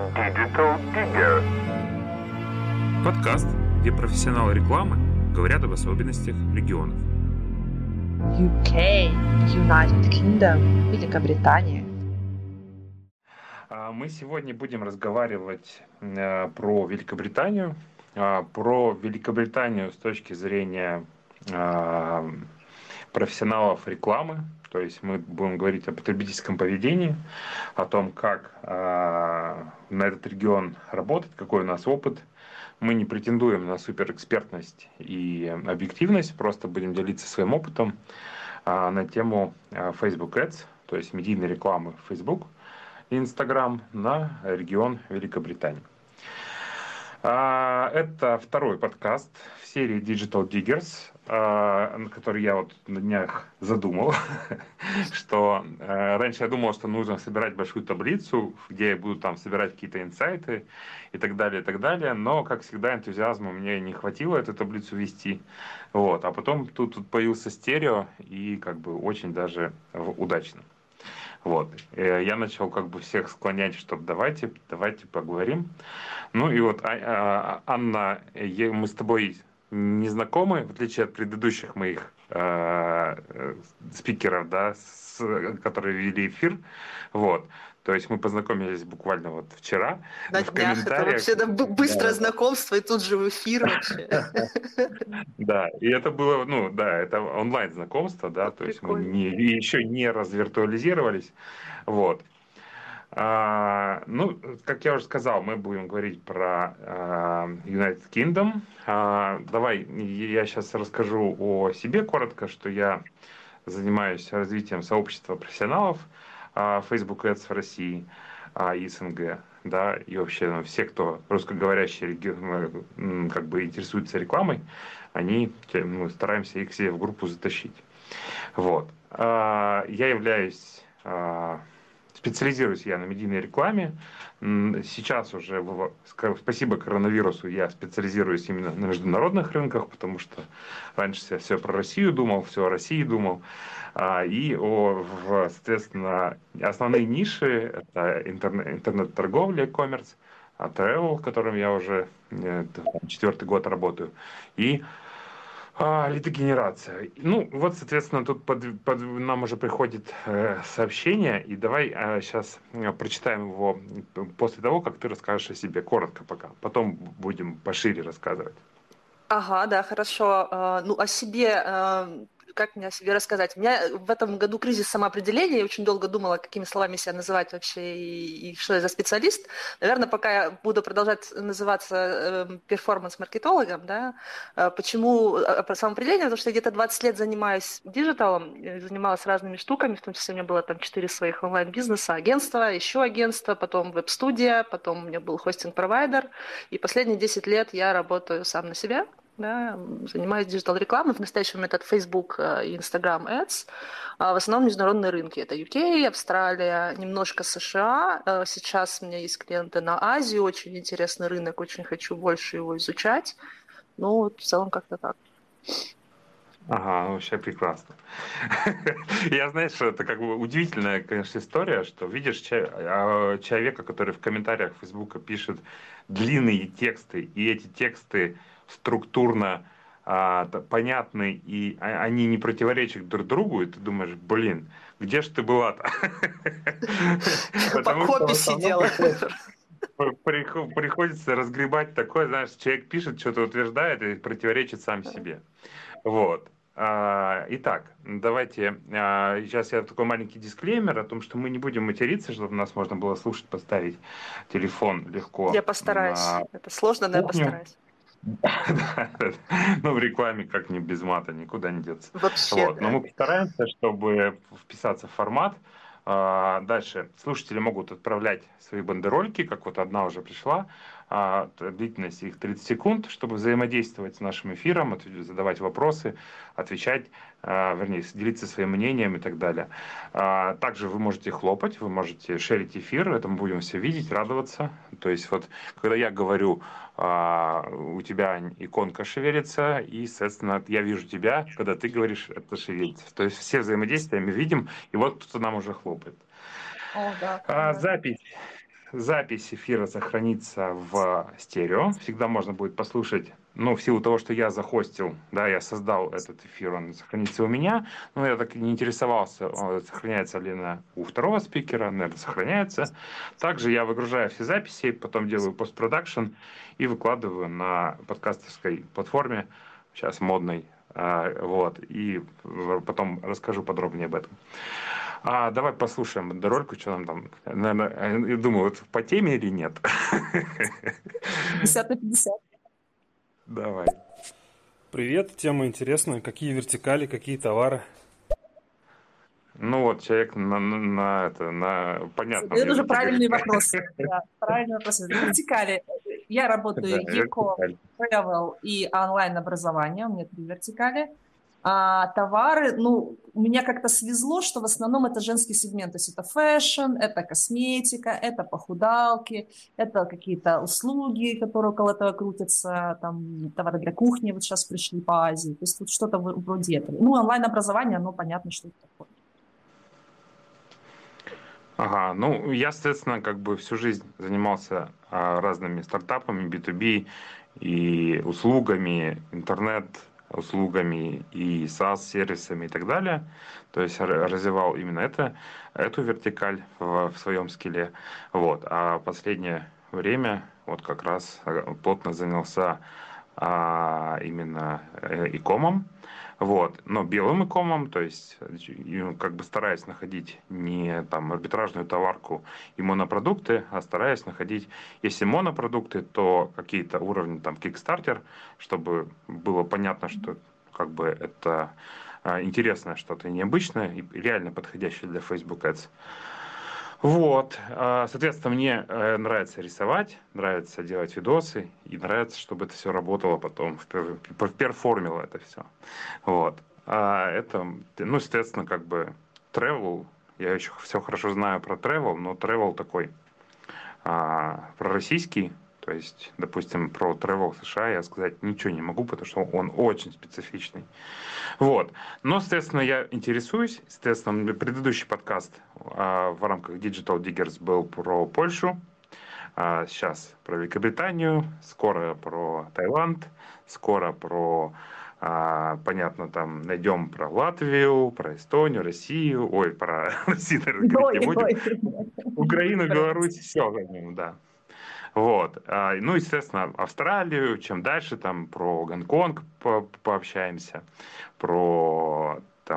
Digital Digger. Подкаст, где профессионалы рекламы говорят об особенностях регионов. UK, United Kingdom, Великобритания. Мы сегодня будем разговаривать про Великобританию. Про Великобританию с точки зрения профессионалов рекламы. То есть мы будем говорить о потребительском поведении, о том, как на этот регион работать, какой у нас опыт. Мы не претендуем на суперэкспертность и объективность, просто будем делиться своим опытом на тему Facebook Ads, то есть медийной рекламы в Facebook и Instagram на регион Великобритании. Это второй подкаст в серии Digital Diggers, который я вот на днях задумал, что раньше я думал, что нужно собирать большую таблицу, где я буду там собирать какие-то инсайты и так далее, но, как всегда, энтузиазма мне не хватило эту таблицу вести, вот, а потом тут появился стерео и как бы очень даже удачно. Вот. Я начал как бы всех склонять, что давайте поговорим. Ну и вот, Анна, мы с тобой не знакомы, в отличие от предыдущих моих спикеров, да, которые вели эфир. Вот. То есть мы познакомились буквально вот вчера. На днях это вообще быстрое знакомство, и тут же в эфир вообще. Да, и это было, это онлайн знакомство, да, то есть мы еще не развиртуализировались. Вот. Как я уже сказал, мы будем говорить про United Kingdom. Давай я сейчас расскажу о себе коротко, что я занимаюсь развитием сообщества профессионалов Facebook Ads в России и СНГ, да, и вообще все, кто русскоговорящие как бы интересуются рекламой, мы стараемся их себе в группу затащить. Вот. Специализируюсь я на медийной рекламе. Сейчас уже, спасибо коронавирусу, я специализируюсь именно на международных рынках, потому что раньше я все про Россию думал, все о России думал. Соответственно, основные ниши — это интернет-торговля, e-commerce, travel, в котором я уже 4-й год работаю, и лидогенерация. Соответственно, тут нам уже приходит сообщение, и давай сейчас прочитаем его после того, как ты расскажешь о себе, коротко пока. Потом будем пошире рассказывать. Ага, да, хорошо. О себе, как мне о себе рассказать? У меня в этом году кризис самоопределения, я очень долго думала, какими словами себя называть вообще и что я за специалист. Наверное, пока я буду продолжать называться перформанс-маркетологом, да. Почему самоопределение? Потому что я где-то 20 лет занимаюсь диджиталом, занималась разными штуками, в том числе у меня было там 4 своих онлайн-бизнеса, агентства, еще агентство, потом веб-студия, потом у меня был хостинг-провайдер, и последние 10 лет я работаю сам на себя. Да, занимаюсь диджитал-рекламой. В настоящий момент это Facebook и Instagram Ads. В основном международные рынки. Это UK, Австралия, немножко США. Сейчас у меня есть клиенты на Азию. Очень интересный рынок, очень хочу больше его изучать. В целом как-то так. Ага, вообще прекрасно. Я знаю, что это как бы удивительная, конечно, история, что видишь человека, который в комментариях Фейсбука пишет длинные тексты, и эти тексты структурно понятны, и они не противоречат друг другу, и ты думаешь, где же ты была-то? По копе сидела. Приходится разгребать такое, знаешь, человек пишет, что-то утверждает и противоречит сам себе. Вот. Итак, давайте, сейчас я такой маленький дисклеймер о том, что мы не будем материться, чтобы нас можно было слушать, поставить телефон легко. Я постараюсь. Это сложно, но я постараюсь. В рекламе как не без мата, никуда не деться. Вообще, вот. Но мы постараемся, чтобы вписаться в формат. Дальше слушатели могут отправлять свои бандерольки, как вот одна уже пришла, длительность их 30 секунд, чтобы взаимодействовать с нашим эфиром, задавать вопросы, отвечать, делиться своим мнением и так далее. Также вы можете хлопать, вы можете шерить эфир, это мы будем все видеть, радоваться. То есть вот, когда я говорю, у тебя иконка шевелится, и, соответственно, я вижу тебя, когда ты говоришь, это шевелится. То есть все взаимодействия мы видим, и вот кто-то нам уже хлопает. О, да. Запись. запись эфира сохранится в стерео. Всегда можно будет послушать. Ну, в силу того, что я захостил, да, я создал этот эфир, он сохранится у меня. Но я так и не интересовался, сохраняется ли у второго спикера, наверное, сохраняется. Также я выгружаю все записи, потом делаю постпродакшн и выкладываю на подкастерской платформе, сейчас модной. Вот, и потом расскажу подробнее об этом. Давай послушаем Дорольку, что нам там. Наверное, я думаю, вот по теме или нет? 50 на 50. Давай. Привет, тема интересная. Какие вертикали, какие товары? Ну вот, человек на понятном Это уже языке правильный говорит. вопрос. Да, правильный вопрос. Вертикали. Я работаю Да, Eco, вертикаль. Travel и онлайн-образование. У меня 3 вертикали. А товары, ну, у меня как-то свезло, что в основном это женский сегмент. То есть это фэшн, это косметика, это похудалки, это какие-то услуги, которые около этого крутятся, там, товары для кухни вот сейчас пришли по Азии. То есть тут что-то вроде этого. Ну, онлайн-образование, оно понятно, что это такое. Ага, ну я, соответственно, как бы всю жизнь занимался разными стартапами, B2B и услугами, интернет-услугами и SaaS-сервисами и так далее. То есть развивал именно эту вертикаль в своем скилле. Вот. А последнее время вот как раз плотно занялся именно икомом. Вот, но белым икомом, то есть как бы стараясь находить не там арбитражную товарку и монопродукты, а стараясь находить, если монопродукты, то какие-то уровни там Kickstarter, чтобы было понятно, что как бы это интересное что-то необычное и реально подходящее для Facebook Ads. Вот, соответственно, мне нравится рисовать, нравится делать видосы, и нравится, чтобы это все работало потом, перформило это все. Вот. Это, ну, естественно, как бы travel, я еще все хорошо знаю про travel, но travel такой пророссийский, то есть, допустим, про travel США я сказать ничего не могу, потому что он очень специфичный. Вот. Но, соответственно, я интересуюсь. Естественно, предыдущий подкаст в рамках Digital Diggers был про Польшу. Сейчас про Великобританию. Скоро про Таиланд. Скоро про, понятно, там найдем про Латвию, про Эстонию, Россию. Ой, про Россию, наверное, говорить не будем. Украину, Беларусь, все, да. Вот. Ну, естественно, Австралию, чем дальше, там про Гонконг пообщаемся, про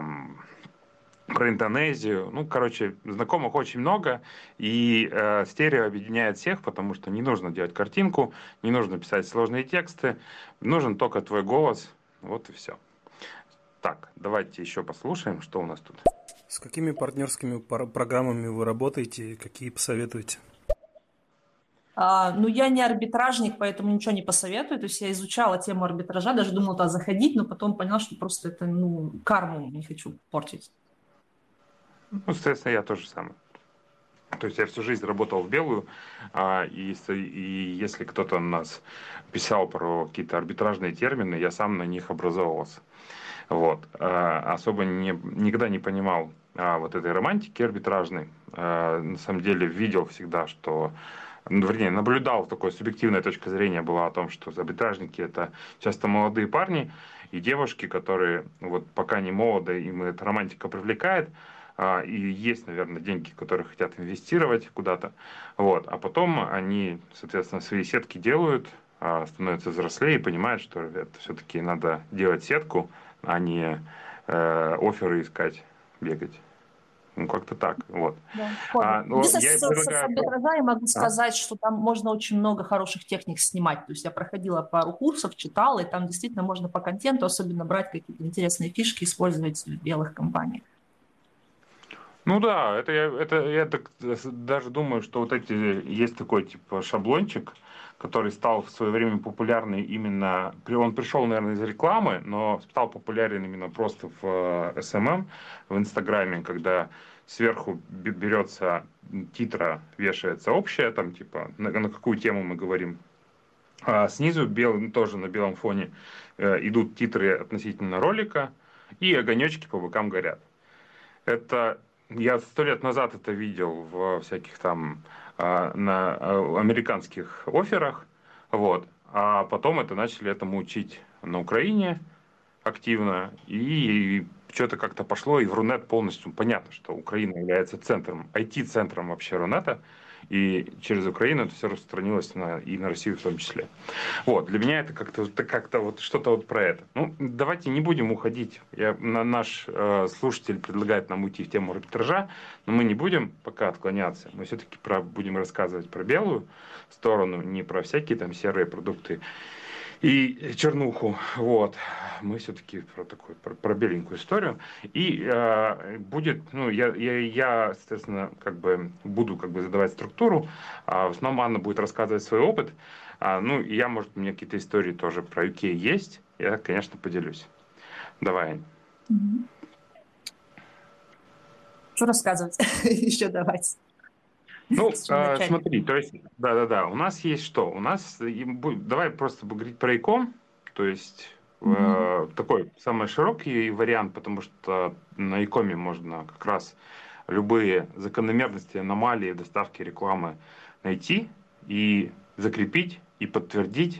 Индонезию. Ну, короче, знакомых очень много, и стерео объединяет всех, потому что не нужно делать картинку, не нужно писать сложные тексты, нужен только твой голос, вот и все. Так, давайте еще послушаем, что у нас тут. С какими партнерскими программами вы работаете и какие посоветуете? Ну, я не арбитражник, поэтому ничего не посоветую. То есть я изучала тему арбитража, даже думала туда заходить, но потом поняла, что просто это, ну, карму не хочу портить. Ну, естественно, я тоже самое. То есть я всю жизнь работал в белую, и если кто-то у нас писал про какие-то арбитражные термины, я сам на них образовывался. Вот. Особо никогда не понимал вот этой романтики арбитражной. На самом деле видел всегда, что вернее, наблюдал, такой субъективная точка зрения была о том, что арбитражники это часто молодые парни и девушки, которые вот пока не молоды, им эта романтика привлекает, и есть, наверное, деньги, которые хотят инвестировать куда-то, вот, а потом они, соответственно, свои сетки делают, становятся взрослее и понимают, что это все-таки надо делать сетку, а не офферы искать, бегать. Ну, как-то так, вот. Да, с арбитража я могу сказать, что там можно очень много хороших техник снимать. То есть я проходила пару курсов, читала, и там действительно можно по контенту особенно брать какие-то интересные фишки, использовать в белых компаниях. Ну да, я так даже думаю, что вот эти есть такой типа шаблончик, который стал в свое время популярный именно, он пришел, наверное, из рекламы, но стал популярен именно просто в SMM, в Инстаграме, когда сверху берется титра, вешается общая, там типа на какую тему мы говорим, а снизу тоже на белом фоне идут титры относительно ролика, и огонечки по бокам горят. Это я 100 лет назад это видел в всяких там на американских офферах, вот, а потом это начали этому учить на Украине активно, и что-то как-то пошло, и в Рунет полностью понятно, что Украина является центром, IT-центром вообще Рунета, и через Украину это все распространилось и на Россию в том числе. Вот, для меня это как-то вот что-то вот про это. Ну, давайте не будем уходить. Наш слушатель предлагает нам уйти в тему арбитража, но мы не будем пока отклоняться. Мы все-таки будем рассказывать про белую сторону, не про всякие там серые продукты и чернуху. Вот. Мы все-таки про беленькую историю. И будет, ну, я, соответственно, буду задавать структуру, а в основном Анна будет рассказывать свой опыт. Ну, и я, может, у меня какие-то истории тоже про UK есть. Я, конечно, поделюсь. Давай, Ань. Что рассказывать? Еще давать. Ну, смотри, то есть, да, у нас есть что? У нас, давай просто говорить про иком, то есть такой самый широкий вариант, потому что на икоме можно как раз любые закономерности, аномалии доставки рекламы найти и закрепить, и подтвердить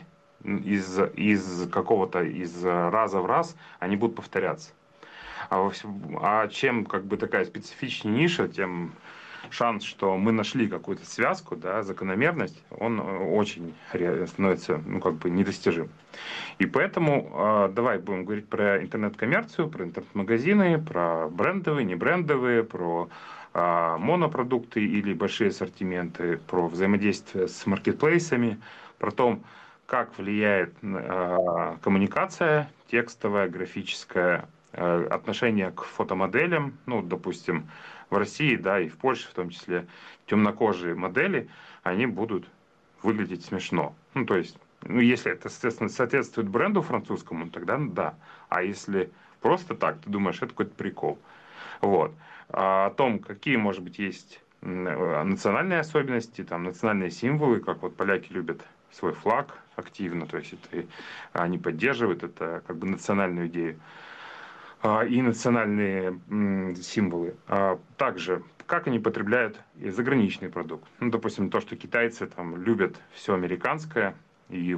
из какого-то, из раза в раз, они будут повторяться. А чем такая специфичнее ниша, тем шанс, что мы нашли какую-то связку, да, закономерность, он очень становится недостижим. И поэтому давай будем говорить про интернет-коммерцию, про интернет-магазины, про брендовые, не брендовые, про монопродукты или большие ассортименты, про взаимодействие с маркетплейсами, про то, как влияет коммуникация текстовая, графическая, отношение к фотомоделям, ну, допустим, в России, да, и в Польше в том числе, темнокожие модели, они будут выглядеть смешно. Ну, то есть, ну, если это, естественно, соответствует бренду французскому, тогда да. А если просто так, ты думаешь, это какой-то прикол. Вот. А о том, какие, может быть, есть национальные особенности, там, национальные символы, как вот поляки любят свой флаг активно, то есть это, они поддерживают это национальную идею. И национальные символы. Также, как они потребляют и заграничный продукт. Ну, допустим, то, что китайцы там любят все американское и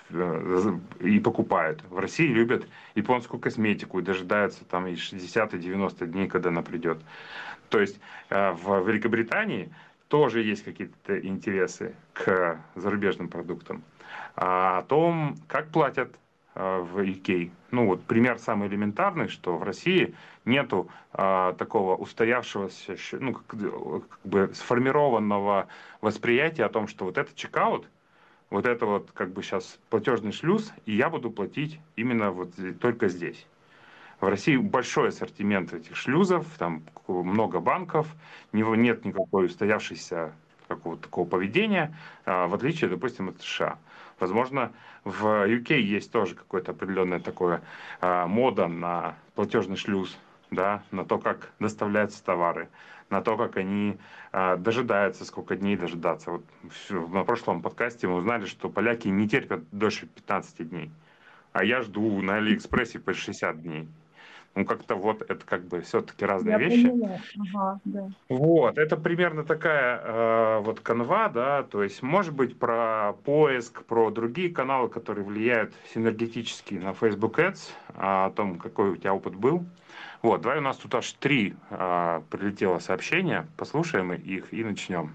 и покупают. В России любят японскую косметику и дожидаются там и 60 и 90 дней, когда она придет. То есть в Великобритании тоже есть какие-то интересы к зарубежным продуктам. О том, как платят в UK. Ну вот пример самый элементарный, что в России нету такого устоявшегося, ну, сформированного восприятия о том, что вот это чекаут, вот это вот сейчас платежный шлюз, и я буду платить именно вот только здесь. В России большой ассортимент этих шлюзов, там много банков, нет никакой устоявшейся какого-то такого поведения, в отличие, допустим, от США. Возможно, в UK есть тоже какое-то определенное такое мода на платежный шлюз, да, на то, как доставляются товары, на то, как они дожидаются, сколько дней дожидаться. Вот на прошлом подкасте мы узнали, что поляки не терпят дольше 15 дней, а я жду на Алиэкспрессе по 60 дней. Ну, как-то вот это все-таки разные вещи. Ага, да. Вот, это примерно такая вот канва, да, то есть, может быть, про поиск, про другие каналы, которые влияют синергетически на Facebook Ads, о том, какой у тебя опыт был. Вот, давай, у нас тут аж 3 прилетело сообщения, послушаем их и начнем.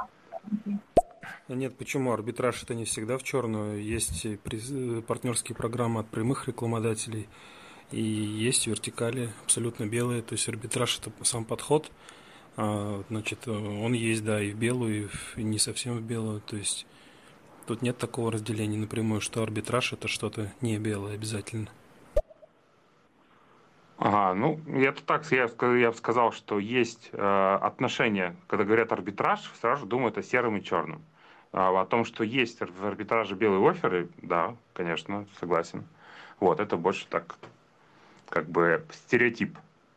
Нет, почему? Арбитраж это не всегда в черную. Есть партнерские программы от прямых рекламодателей. И есть вертикали абсолютно белые, то есть арбитраж это сам подход, значит, он есть, да, и в белую, и не совсем в белую, то есть тут нет такого разделения напрямую, что арбитраж это что-то не белое обязательно. Ага, ну, я бы сказал, что есть отношения, когда говорят арбитраж, сразу думают о сером и черном. О том, что есть в арбитраже белые офферы, да, конечно, согласен. Вот, это больше так, стереотип.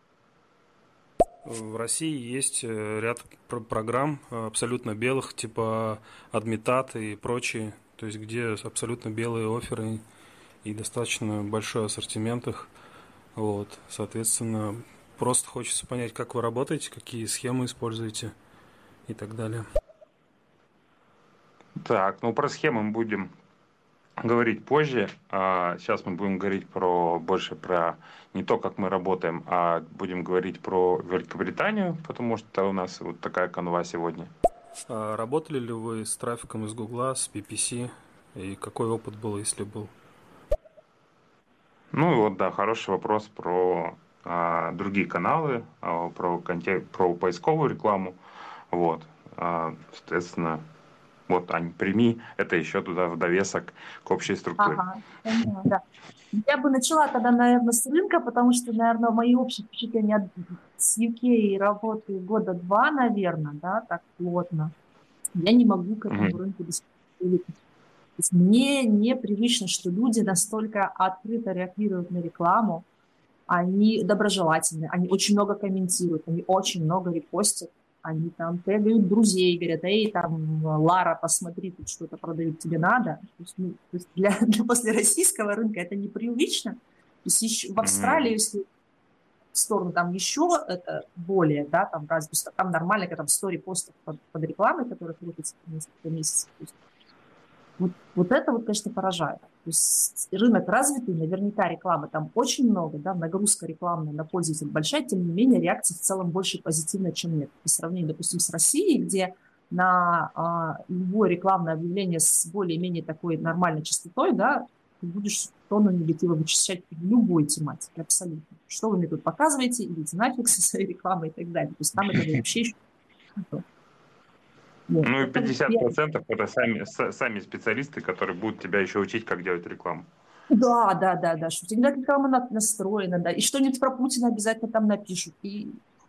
В России есть ряд программ абсолютно белых, типа Admitat и прочие, то есть где абсолютно белые офферы и достаточно большой ассортимент их. Вот, соответственно, просто хочется понять, как вы работаете, какие схемы используете и так далее. Так, ну про схемы мы будем говорить позже. Сейчас мы будем говорить больше про не то, как мы работаем, а будем говорить про Великобританию, потому что у нас вот такая канва сегодня. Работали ли вы с трафиком из Гугла, с PPC, и какой опыт был, если был? Ну и вот, да, хороший вопрос про другие каналы, про поисковую рекламу. Вот, соответственно, вот, Ань, прими это еще туда в довесок к общей структуре. Ага, поняла, да. Я бы начала тогда, наверное, с рынка, потому что, наверное, мои общие впечатления с UK работы года 2, наверное, да, так плотно. Я не могу к этому рынку до сих пор привыкнуть. То есть мне непривычно, что люди настолько открыто реагируют на рекламу, они доброжелательны, они очень много комментируют, они очень много репостят, они там тегают друзей, говорят, эй, там, Лара, посмотри, тут что-то продают, тебе надо. То есть для после российского рынка это непривычно. То есть еще, в Австралии, если в сторону там еще это более, да, там разве что там нормально, когда там стори-постов под рекламой, которые крутятся несколько месяцев. Вот это вот, конечно, поражает. То есть рынок развитый, наверняка рекламы там очень много, да, нагрузка рекламная на пользователя большая, тем не менее реакция в целом больше позитивная, чем нет. По сравнению, допустим, с Россией, где на любое рекламное объявление с более-менее такой нормальной частотой, да, ты будешь тонну негатива вычислять в любой тематике, абсолютно. Что вы мне тут показываете, идите нафиг со своей рекламой и так далее. То есть там это вообще еще... Нет, ну и 50% это сами специалисты, которые будут тебя еще учить, как делать рекламу. Да, что всегда реклама настроена, да, и что-нибудь про Путина обязательно там напишут. И...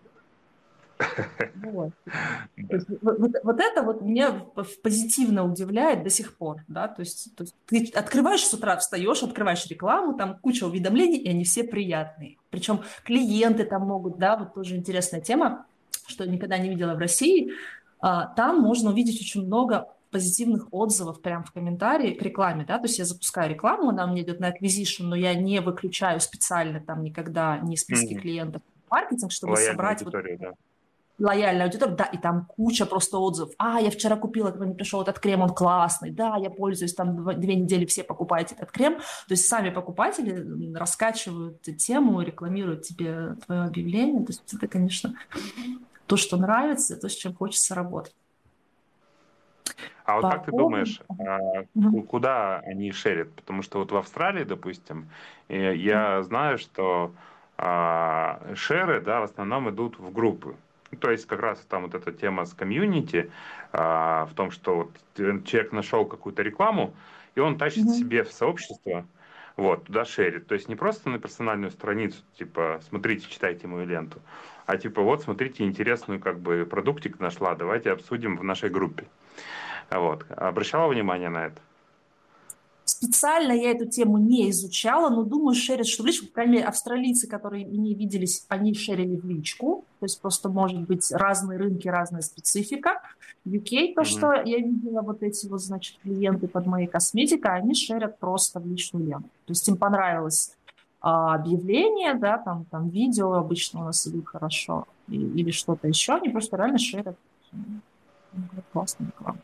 Вот. Вот это вот меня позитивно удивляет до сих пор, да, то есть ты открываешь с утра, встаешь, открываешь рекламу, там куча уведомлений, и они все приятные. Причем клиенты там могут, да, вот тоже интересная тема, что я никогда не видела в России. Там можно увидеть очень много позитивных отзывов прямо в комментарии к рекламе, да, то есть я запускаю рекламу, она у меня идет на acquisition, но я не выключаю специально там никогда ни списки клиентов, маркетинг, чтобы лояльная собрать аудиторию, да. Лояльную аудиторию, да, и там куча просто отзывов. Я вчера купила, когда мне пришел этот крем, он классный, да, я пользуюсь, там 2 недели все покупаете этот крем. То есть сами покупатели раскачивают тему, рекламируют тебе твое объявление. То есть это, конечно, то, что нравится, то, с чем хочется работать. А вот как ты думаешь, куда они шерят? Потому что вот в Австралии, допустим, я знаю, что шеры, да, в основном идут в группы. То есть как раз там вот эта тема с комьюнити, в том, что вот человек нашел какую-то рекламу, и он тащит себе в сообщество, вот, туда шерит. То есть не просто на персональную страницу, типа, смотрите, читайте мою ленту, а типа, вот, смотрите, интересную как бы продуктик нашла, давайте обсудим в нашей группе. Вот. Обращала внимание на это? Специально я эту тему не изучала, но думаю, шерят, что в личку, по крайней мере, австралийцы, которые не виделись, они шерили в личку, то есть просто может быть разные рынки, разная специфика. UK, то, что я видела, вот эти вот, значит, клиенты под моей косметикой, они шерят просто в личную ленту. То есть им понравилось объявление, да, там видео обычно у нас идут хорошо, или что-то еще, они просто реально шерят. Классная реклама.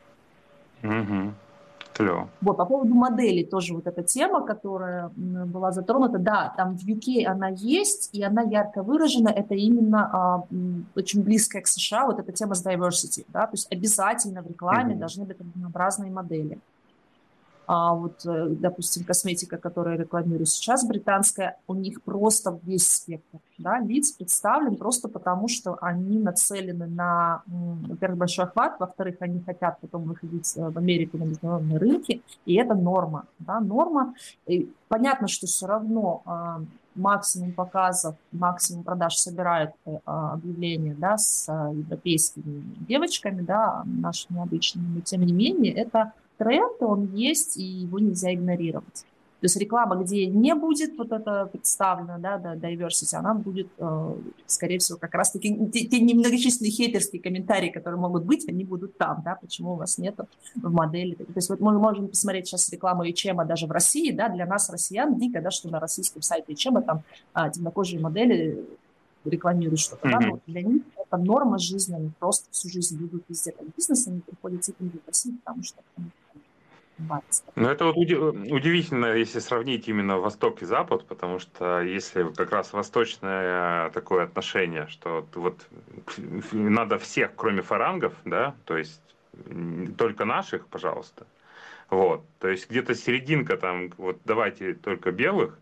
Клево. Вот, по поводу моделей тоже вот эта тема, которая была затронута. Да, там в UK она есть, и она ярко выражена. Это именно очень близкая к США, вот эта тема с diversity. Да? То есть обязательно в рекламе должны быть разнообразные модели. Вот, допустим, косметика, которую я рекламирую сейчас, британская, у них просто весь спектр, да, лиц представлен просто потому, что они нацелены на, во-первых, большой охват, во-вторых, они хотят потом выходить в Америку на международные рынки, и это норма, да, норма. И понятно, что все равно максимум показов, максимум продаж собирают объявления, да, с европейскими девочками, да, нашими обычными, но тем не менее это тренд, он есть, и его нельзя игнорировать. То есть реклама, где не будет вот это представлено, да, diversity, она будет, скорее всего, как раз-таки те немногочисленные хейтерские комментарии, которые могут быть, они будут там, да, почему у вас нету в модели. То есть вот мы можем посмотреть сейчас рекламу H&M даже в России, да, для нас, россиян, дико, да, что на российском сайте H&M там темнокожие модели рекламируют что-то, да, но для них это норма жизни, они просто всю жизнь ведут везде как бизнес, они приходят этим запасить, потому что ну, это вот удивительно, если сравнить именно Восток и Запад, потому что если как раз восточное такое отношение, что вот надо всех, кроме фарангов, да, то есть только наших, пожалуйста. Вот, то есть где-то серединка там, вот давайте только белых,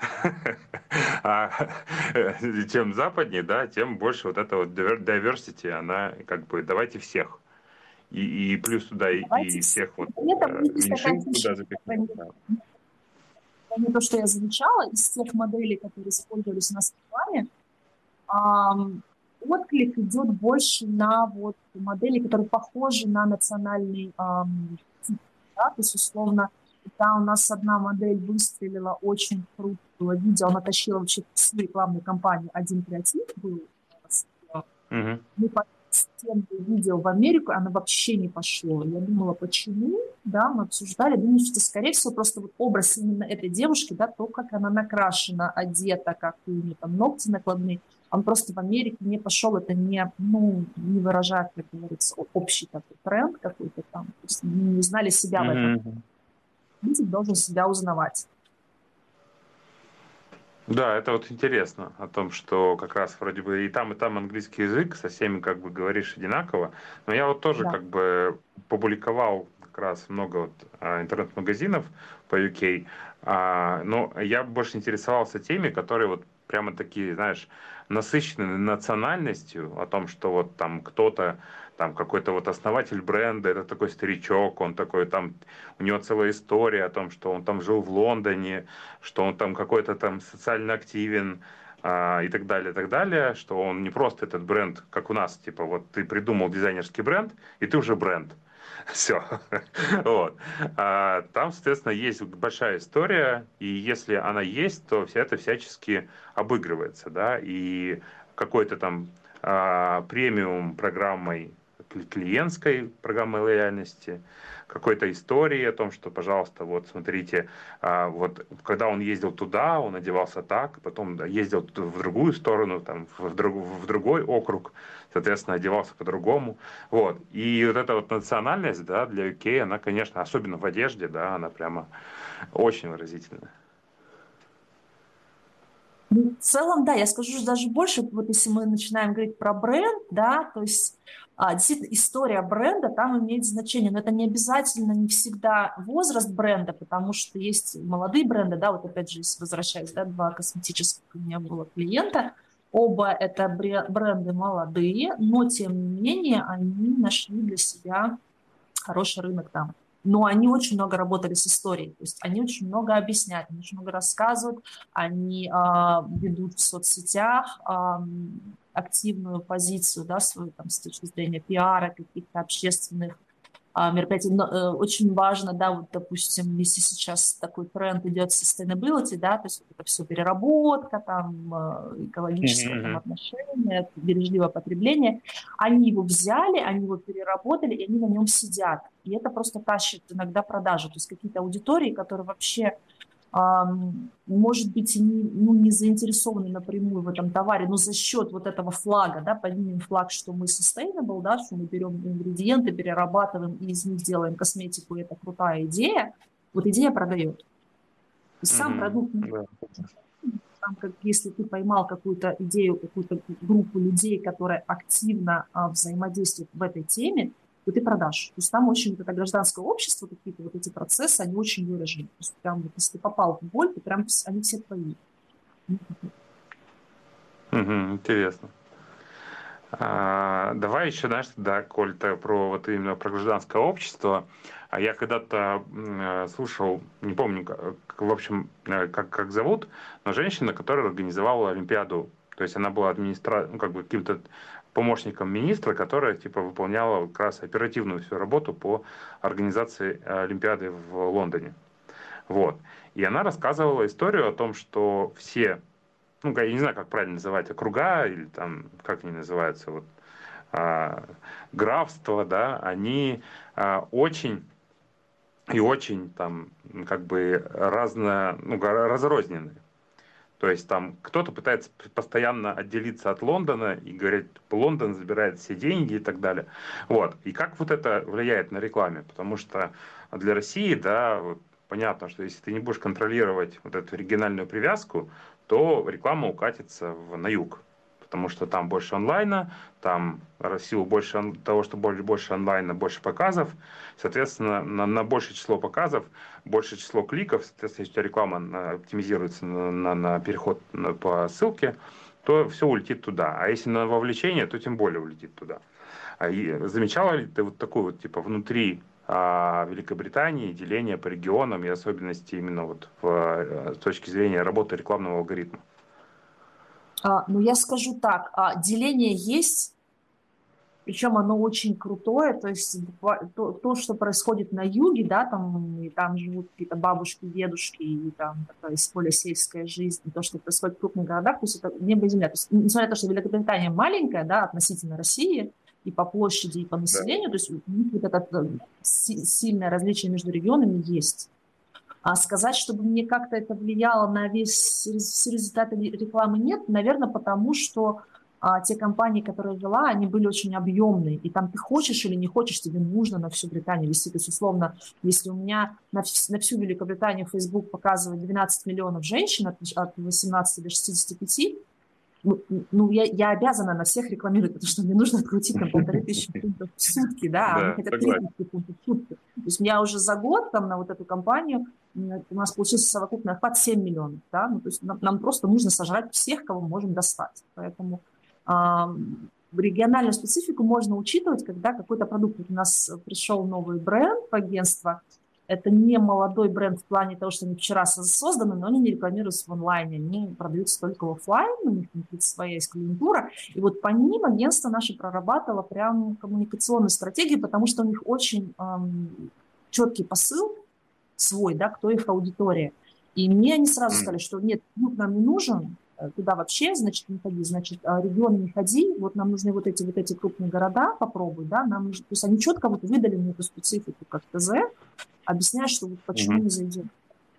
а чем западнее, да, тем больше вот эта вот diversity, она как бы давайте всех. И плюс туда и всех вот меньшин туда запихнуть. Не то, что я замечала, из тех моделей, которые использовались у нас в рекламе, отклик идет больше на вот модели, которые похожи на национальный тип. Да? То есть, условно, когда у нас одна модель выстрелила очень круто, было видео, она тащила вообще всю рекламную кампанию, один креатив был. Мы тем видео в Америку, она вообще не пошло. Я думала, почему, да, мы обсуждали, думаю, что, скорее всего, просто вот образ именно этой девушки, да, то, как она накрашена, одета, как у нее там ногти накладные, он просто в Америке не пошел, это не, ну, не выражает, как говорится, общий такой тренд какой-то там, то есть не знали себя в этом. Люди должен себя узнавать. Да, это вот интересно о том, что как раз вроде бы и там английский язык, со всеми как бы говоришь одинаково. Но я вот тоже как бы публиковал как раз много вот интернет-магазинов по UK, но я больше интересовался теми, которые вот прямо такие, знаешь, насыщенные национальностью, о том, что вот там кто-то, там какой-то вот основатель бренда, это такой старичок, он такой там, у него целая история о том, что он там жил в Лондоне, что он там какой-то там социально активен, и так далее, что он не просто этот бренд, как у нас, типа вот ты придумал дизайнерский бренд, и ты уже бренд. Все. Вот. Там, соответственно, есть большая история, и если она есть, то вся это всячески обыгрывается, да, и какой-то там премиум программой, клиентской программой лояльности, какой-то истории о том, что, пожалуйста, вот смотрите, вот когда он ездил туда, он одевался так, потом ездил в другую сторону, там, в другой округ, соответственно, одевался по-другому. Вот. И вот эта вот национальность, да, для UK, она, конечно, особенно в одежде, да, она прямо очень выразительная. В целом, да, я скажу даже больше, вот если мы начинаем говорить про бренд, да, то есть действительно история бренда там имеет значение, но это не обязательно, не всегда возраст бренда, потому что есть молодые бренды, да, вот опять же, если возвращаясь, да, 2 косметических у меня было клиента, оба это бренды молодые, но тем не менее они нашли для себя хороший рынок там. Но они очень много работали с историей, то есть они очень много объясняют, они очень много рассказывают, они ведут в соцсетях активную позицию, да, свою там, с точки зрения пиара, каких-то общественных мероприятий. Но, очень важно, да, вот, допустим, если сейчас такой тренд идет sustainability, да, то есть это все переработка, там, экологическое там, отношение, бережливое потребление, они его взяли, они его переработали, и они на нем сидят. И это просто тащит иногда продажи. То есть какие-то аудитории, которые вообще, может быть, не заинтересованы напрямую в этом товаре, но за счет вот этого флага, да, поднимем флаг, что мы sustainable, да, что мы берем ингредиенты, перерабатываем и из них делаем косметику, и это крутая идея, вот идея продает. То есть сам продукт, там, как, если ты поймал какую-то идею, какую-то группу людей, которые активно взаимодействуют в этой теме, то ты продашь. То есть там очень вот это гражданское общество, какие-то вот эти процессы, они очень выражены. То есть прям, вот, если ты попал в боль, то прям они все твои. Интересно. Давай еще, знаешь, да, Коль, про вот именно про гражданское общество. А я когда-то слушал, не помню, в общем, как зовут, но женщина, которая организовала Олимпиаду. То есть она была как бы каким-то помощником министра, которая типа выполняла как раз оперативную всю работу по организации Олимпиады в Лондоне. Вот. И она рассказывала историю о том, что все, ну, я не знаю, как правильно называть, округа или там, как они называются, вот, графства, да, они очень и очень там как бы разрозненные. То есть там кто-то пытается постоянно отделиться от Лондона и говорит, Лондон забирает все деньги и так далее. Вот. И как вот это влияет на рекламе? Потому что для России, да, вот понятно, что если ты не будешь контролировать вот эту региональную привязку, то реклама укатится на юг. Потому что там больше онлайна, там в силу больше того, что больше онлайна, больше показов. Соответственно, на большее число показов, большее число кликов, соответственно, если у тебя реклама оптимизируется на переход по ссылке, то все улетит туда. А если на вовлечение, то тем более улетит туда. Замечала ли ты вот такую вот, типа, внутри Великобритании деление по регионам и особенности именно вот с точки зрения работы рекламного алгоритма? Ну, я скажу так, деление есть, причем оно очень крутое, то есть то, что происходит на юге, да, и там живут какие-то бабушки, дедушки, и там такая более сельская жизнь, и то, что происходит в крупных городах, то есть это небо и земля. То есть, несмотря на то, что Великобритания маленькая, да, относительно России, и по площади, и по населению, то есть у них вот это сильное различие между регионами есть. А сказать, чтобы мне как-то это влияло на все результаты рекламы, нет. Наверное, потому что те компании, которые я вела, они были очень объемные. И там ты хочешь или не хочешь, тебе нужно на всю Британию вести. То есть, условно, если у меня на всю Великобританию Facebook показывает 12 миллионов женщин от 18 до 65, я обязана на всех рекламировать, потому что мне нужно открутить на 1500 пунктов в сутки, да, а они хотят 3000 пунктов в сутки. То есть у меня уже за год там на вот эту компанию у нас получился совокупный охват 7 миллионов, да, то есть нам просто нужно сожрать всех, кого мы можем достать. Поэтому региональную специфику можно учитывать, когда какой-то продукт, у нас пришел новый бренд в агентство. Это не молодой бренд в плане того, что они вчера созданы, но они не рекламируются в онлайне, они продаются только в офлайн, у них своя есть клиентура. И вот по ним агентство наше прорабатывало прям коммуникационную стратегию, потому что у них очень четкий посыл свой, да, кто их аудитория. И мне они сразу сказали, что нет, юг нам не нужен, туда вообще, значит, не ходи, значит, регионы не ходи, вот нам нужны вот эти крупные города, попробуй, да, нам нужно, то есть они четко вот выдали мне эту специфику как ТЗ, объясняя, что вот почему не зайдем.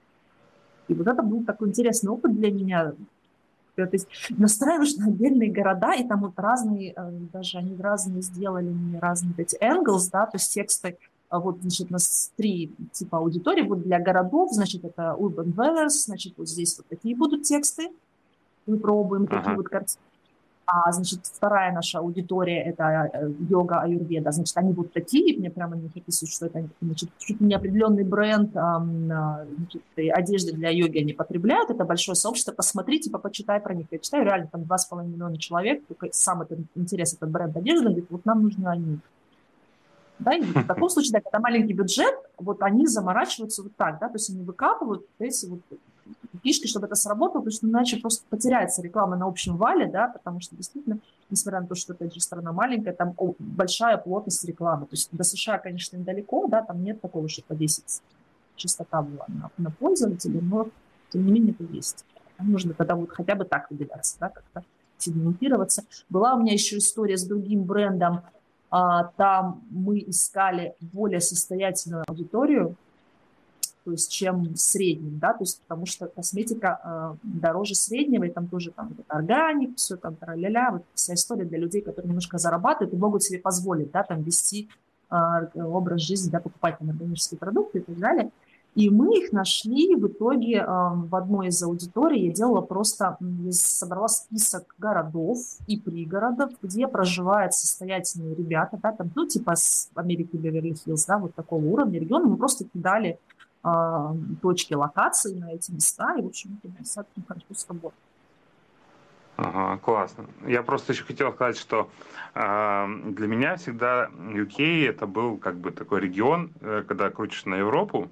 И вот это был такой интересный опыт для меня. То есть настраиваешь на отдельные города, и там вот разные, даже они разные сделали мне разные эти angles, да, то есть тексты. Вот, значит, у нас 3 типа аудитории. Вот для городов, значит, это urban dwellers, значит, вот здесь вот такие будут тексты. Мы пробуем такие вот картинки. А, значит, вторая наша аудитория – это йога, аюрведа. Значит, они будут такие, мне прямо не описывают, что это, значит, чуть ли не определенный бренд значит, одежды для йоги они потребляют. Это большое сообщество. Посмотрите, почитай про них. Я читаю, реально, там 2,5 миллиона человек. Только сам этот интерес, этот бренд одежды, говорит, вот нам нужны они. Да, и в таком случае, да, когда маленький бюджет, вот они заморачиваются вот так, да, то есть они выкапывают эти вот фишки, чтобы это сработало, потому что иначе просто потеряется реклама на общем вале, да, потому что действительно, несмотря на то, что это же страна маленькая, там большая плотность рекламы. То есть до США, конечно, недалеко, да, там нет такого, что по 10 частота была на пользователя, но тем не менее это есть. Там нужно тогда вот хотя бы так выделяться, да, как-то сегментироваться. Была у меня еще история с другим брендом. Там мы искали более состоятельную аудиторию, то есть чем в среднем, да, то есть потому что косметика дороже среднего, и там тоже там органик, все там тра-ля-ля, вот вся история для людей, которые немножко зарабатывают и могут себе позволить, да, там вести образ жизни, да, покупать там органические продукты и так далее. И мы их нашли в итоге в одной из аудиторий. Я делала просто, собрала список городов и пригородов, где проживают состоятельные ребята, да, там, ну, типа с Америки, Беверли-Хиллз, да, вот такого уровня региона. Мы просто кидали точки локации на эти места, и, в общем, это достаточно хорошо сработало. Ага, классно. Я просто еще хотел сказать, что для меня всегда UK это был как бы такой регион, когда крутишь на Европу,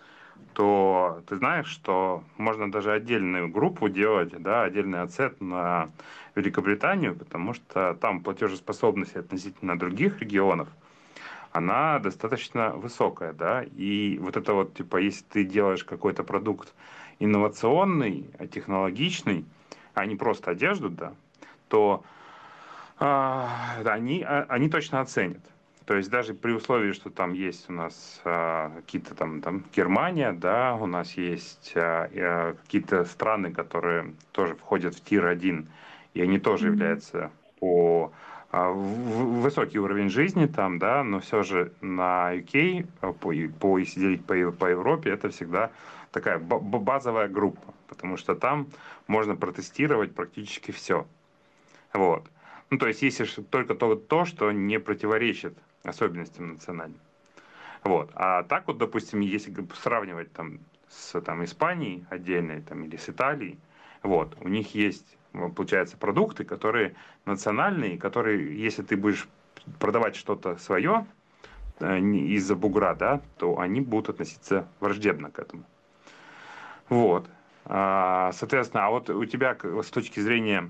то ты знаешь, что можно даже отдельную группу делать, да, отдельный отсет на Великобританию, потому что там платежеспособность относительно других регионов, она достаточно высокая, да, и вот это вот, типа, если ты делаешь какой-то продукт инновационный, технологичный, а не просто одежду, да, то они точно оценят. То есть даже при условии, что там есть у нас какие-то там Германия, да, у нас есть какие-то страны, которые тоже входят в тир-1, и они тоже являются по высокий уровень жизни там, да, но все же на UK, если делить по Европе, это всегда такая базовая группа, потому что там можно протестировать практически все. Вот. Ну, то есть, если только то, что не противоречит особенностям национальным. Вот. А так вот, допустим, если сравнивать там с Испанией отдельной там, или с Италией, вот, у них есть, получается, продукты, которые национальные, которые, если ты будешь продавать что-то свое из-за бугра, да, то они будут относиться враждебно к этому. Вот. Соответственно, а вот у тебя с точки зрения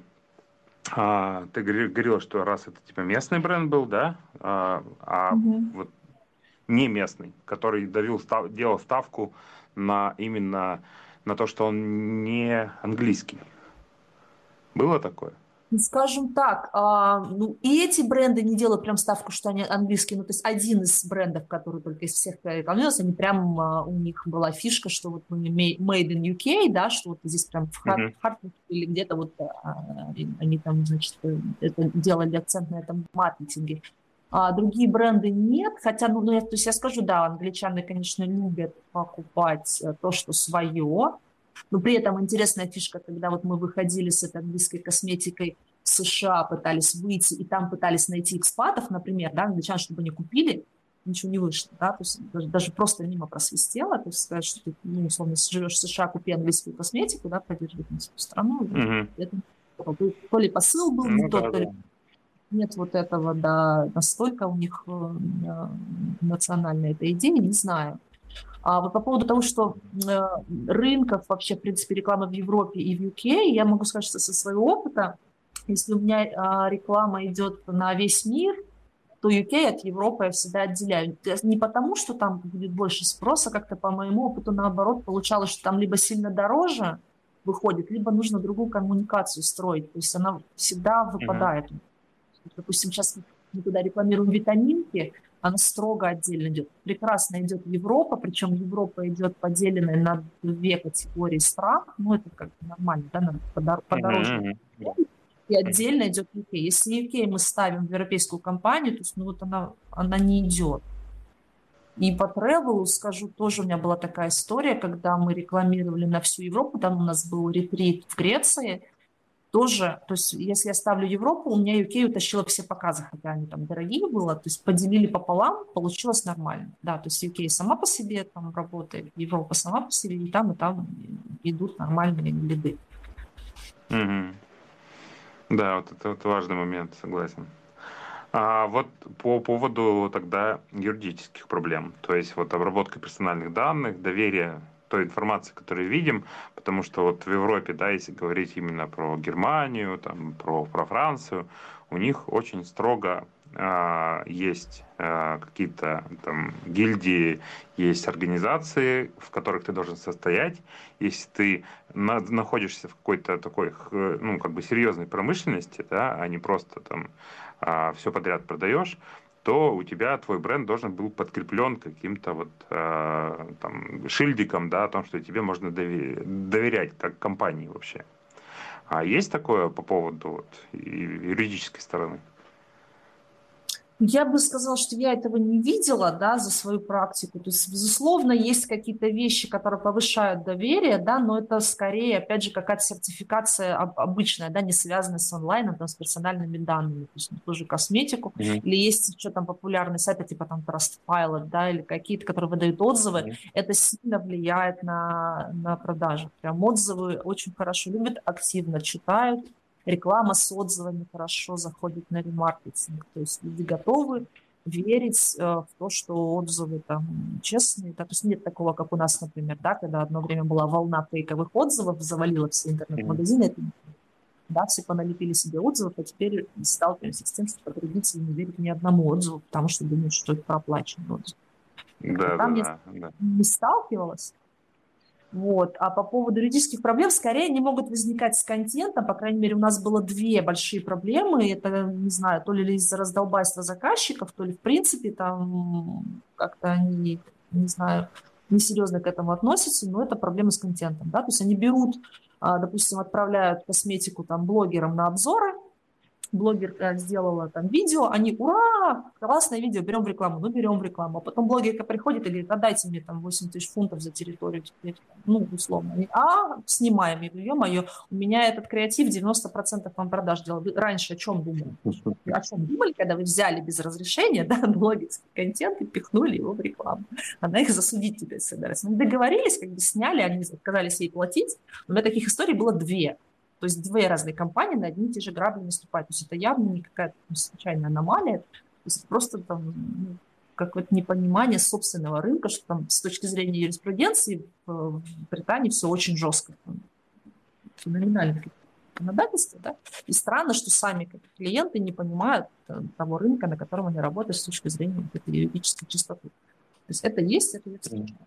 ты говорила, что раз это типа местный бренд был, да, вот не местный, который делал ставку именно на то, что он не английский. Было такое? Скажем так, и эти бренды не делают прям ставку, что они английские. Ну, то есть один из брендов, который только из всех рекламировался, они прям, у них была фишка, что вот мы made in UK, да, что вот здесь прям в Хартфорде или где-то вот они там, значит, это делали акцент на этом маркетинге. А другие бренды нет, хотя, то есть я скажу, да, англичане, конечно, любят покупать то, что свое. Но при этом интересная фишка, когда вот мы выходили с этой английской косметикой в США, пытались выйти, и там пытались найти экспатов, например, да, англичан, чтобы они купили, ничего не вышло, да, то есть даже просто мимо просвистело, то есть сказать, что ты, условно, живешь в США, купи английскую косметику, да, поддерживать свою страну, это, то ли посыл был не тот, то ли нет вот этого, да, настолько у них национальная эта идея, не знаю. А вот по поводу того, что рынков вообще, в принципе, рекламы в Европе и в UK, я могу сказать, что со своего опыта, если у меня реклама идет на весь мир, то UK от Европы я всегда отделяю. Не потому, что там будет больше спроса, как-то по моему опыту, наоборот, получалось, что там либо сильно дороже выходит, либо нужно другую коммуникацию строить. То есть она всегда выпадает. Допустим, сейчас мы туда рекламируем витаминки, она строго отдельно идет. Прекрасно идет Европа, причем Европа идет поделенная на две категории стран. Ну, это как бы нормально, да, подороже. И отдельно идет UK. Если UK мы ставим в европейскую компанию, то есть, вот она не идет. И по travel, скажу, тоже у меня была такая история, когда мы рекламировали на всю Европу, там у нас был ретрит в Греции, тоже, то есть если я ставлю Европу, у меня UK утащила все показы, хотя они там дорогие были, то есть поделили пополам, получилось нормально. Да, то есть UK сама по себе там работает, Европа сама по себе, и там идут нормальные лиды. Да, вот это вот важный момент, согласен. А вот по поводу тогда юридических проблем, то есть вот обработка персональных данных, доверие той информации, которую видим, потому что вот в Европе, да, если говорить именно про Германию, там, про Францию, у них очень строго есть какие-то там гильдии, есть организации, в которых ты должен состоять. Если ты находишься в какой-то такой, ну, как бы серьезной промышленности, да, а не просто там все подряд продаешь, то у тебя твой бренд должен был подкреплен каким-то вот там шильдиком, да, о том, что тебе можно доверять как компании вообще. А есть такое по поводу вот юридической стороны? Я бы сказала, что я этого не видела, да, за свою практику. То есть, безусловно, есть какие-то вещи, которые повышают доверие, да, но это скорее, опять же, какая-то сертификация обычная, да, не связанная с онлайном, там, с персональными данными. То есть, тоже косметику. Или есть еще там популярные сайты, типа там Trustpilot, да, или какие-то, которые выдают отзывы. Это сильно влияет на продажи. Прям отзывы очень хорошо любят, активно читают. Реклама с отзывами хорошо заходит на ремаркетинг. То есть люди готовы верить в то, что отзывы там честные. Да? То есть нет такого, как у нас, например, да, когда одно время была волна фейковых отзывов, завалила все интернет-магазины. Да, все поналепили себе отзывов, а теперь сталкиваемся с тем, что потребители не верят ни одному отзыву, потому что думают, что это проплаченный отзыв. Да. Не сталкивалась. Вот. А по поводу юридических проблем, скорее, они могут возникать с контентом. По крайней мере, у нас было две большие проблемы. Это, не знаю, то ли из-за раздолбайства заказчиков, то ли, в принципе, там как-то они, не знаю, несерьезно к этому относятся, но это проблемы с контентом, да. То есть они берут, допустим, отправляют косметику там блогерам на обзоры, блогерка сделала там видео, они, ура, классное видео, берем в рекламу, ну берем в рекламу. А потом блогерка приходит и говорит, отдайте мне там 8 тысяч фунтов за территорию теперь, ну, условно. Они, снимаем, я говорю, ё-моё, у меня этот креатив 90% вам продаж делал. Вы раньше о чем думали? О чем думали, когда вы взяли без разрешения, да, блогерский контент и пихнули его в рекламу? Она их засудить теперь собирается. Мы договорились, как бы сняли, они отказались ей платить. У меня таких историй было две. То есть две разные компании на одни и те же грабли наступают. То есть это явно не какая-то случайная аномалия. То есть просто там какое-то непонимание собственного рынка, что там с точки зрения юриспруденции в Британии все очень жестко. Феноменальное законодательство, да? И странно, что сами как клиенты не понимают того рынка, на котором они работают с точки зрения этой юридической чистоты. То есть это есть, это я встречаю.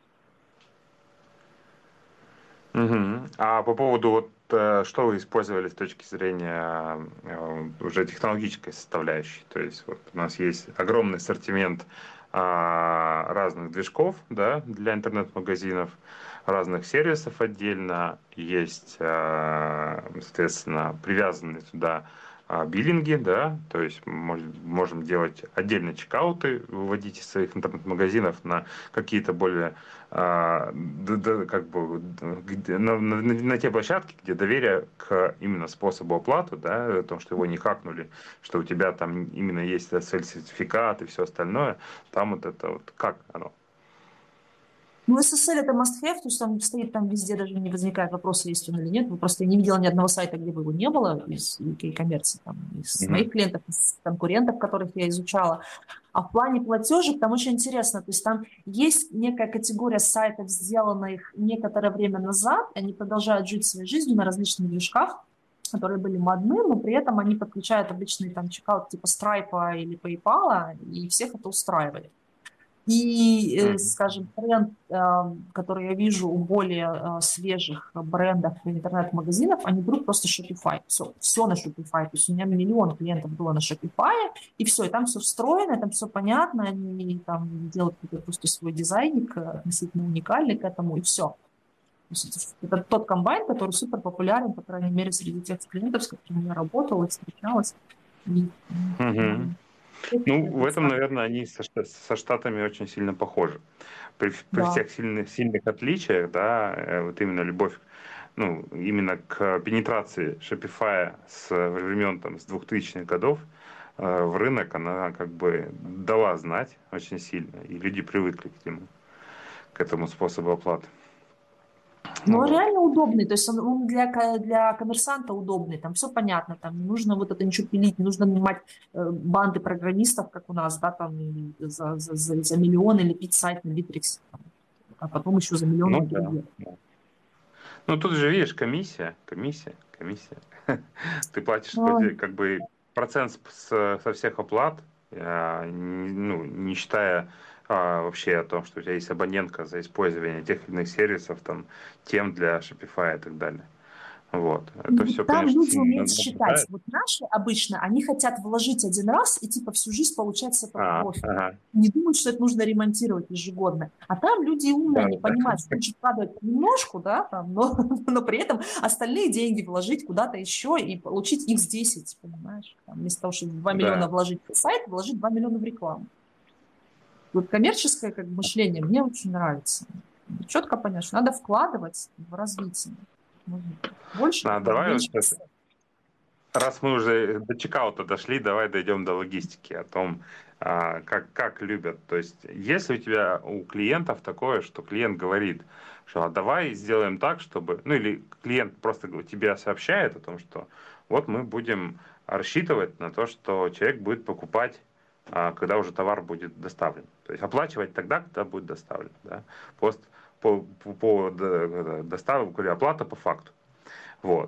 Угу. А по поводу вот что вы использовали с точки зрения уже технологической составляющей? То есть вот у нас есть огромный ассортимент разных движков, да, для интернет-магазинов, разных сервисов отдельно, есть, соответственно, привязанные туда биллинги, да, то есть можем делать отдельные чекауты, выводить из своих интернет-магазинов на какие-то более как бы на те площадки, где доверие к именно способу оплаты, да, о том, что его не хакнули, что у тебя там именно есть SSL-сертификат и все остальное, там вот это вот как оно? Ну, SSL это must-have, то есть он стоит там везде, даже не возникает вопроса, есть он или нет. Просто я не видела ни одного сайта, где бы его не было из UK коммерции, там, из моих клиентов, из конкурентов, которых я изучала. А в плане платежек там очень интересно, то есть там есть некая категория сайтов, сделанных некоторое время назад, они продолжают жить своей жизнью на различных движках, которые были модны, но при этом они подключают обычный там чекаут типа Stripe или PayPal, и всех это устраивает. И, скажем, тренд, который я вижу у более свежих брендов и интернет-магазинов, они берут просто Shopify. Все на Shopify. То есть у меня миллион клиентов было на Shopify, и все, и там все встроено, там все понятно, они там делают какой-то просто свой дизайник, относительно уникальный к этому, и все. То есть это тот комбайн, который супер популярен, по крайней мере, среди тех клиентов, с которыми я работала, встречалась. Ну, в этом, наверное, они со Штатами очень сильно похожи. При всех сильных отличиях, да, вот именно любовь, ну, именно к пенетрации Shopify с времен там, с 2000-х годов в рынок, она как бы дала знать очень сильно, и люди привыкли к нему, к этому способу оплаты. Но он реально удобный, то есть он для коммерсанта удобный, там все понятно, там не нужно вот это ничего пилить, не нужно нанимать банды программистов, как у нас, да, там за миллион или пить сайт на Bittrex, а потом еще за миллион. Ну, да. Ну, тут же, видишь, комиссия. Ты платишь как бы процент со всех оплат, ну, не считая вообще о том, что у тебя есть абонентка за использование тех или иных сервисов, там, тем для Shopify и так далее. Вот. Это все, там конечно, люди умеют считать. Вот наши обычно, они хотят вложить один раз и типа всю жизнь получать с этого профит. Не думают, что это нужно ремонтировать ежегодно. А там люди умные, они понимают, что лучше вкладывать немножко, да, там, но при этом остальные деньги вложить куда-то еще и получить x10, понимаешь? Там, вместо того, чтобы 2 миллиона вложить в сайт, вложить 2 миллиона в рекламу. Вот коммерческое как мышление мне очень нравится. Четко понять, что надо вкладывать в развитие. Больше. Давай раз мы уже до чекаута дошли, давай дойдем до логистики, о том, как любят. То есть, если у клиентов такое, что клиент говорит, что давай сделаем так, чтобы... Ну, или клиент просто тебе сообщает о том, что вот мы будем рассчитывать на то, что человек будет покупать, когда уже товар будет доставлен. То есть оплачивать тогда, когда будет доставлен. Да? По доставке, оплата по факту. Вот.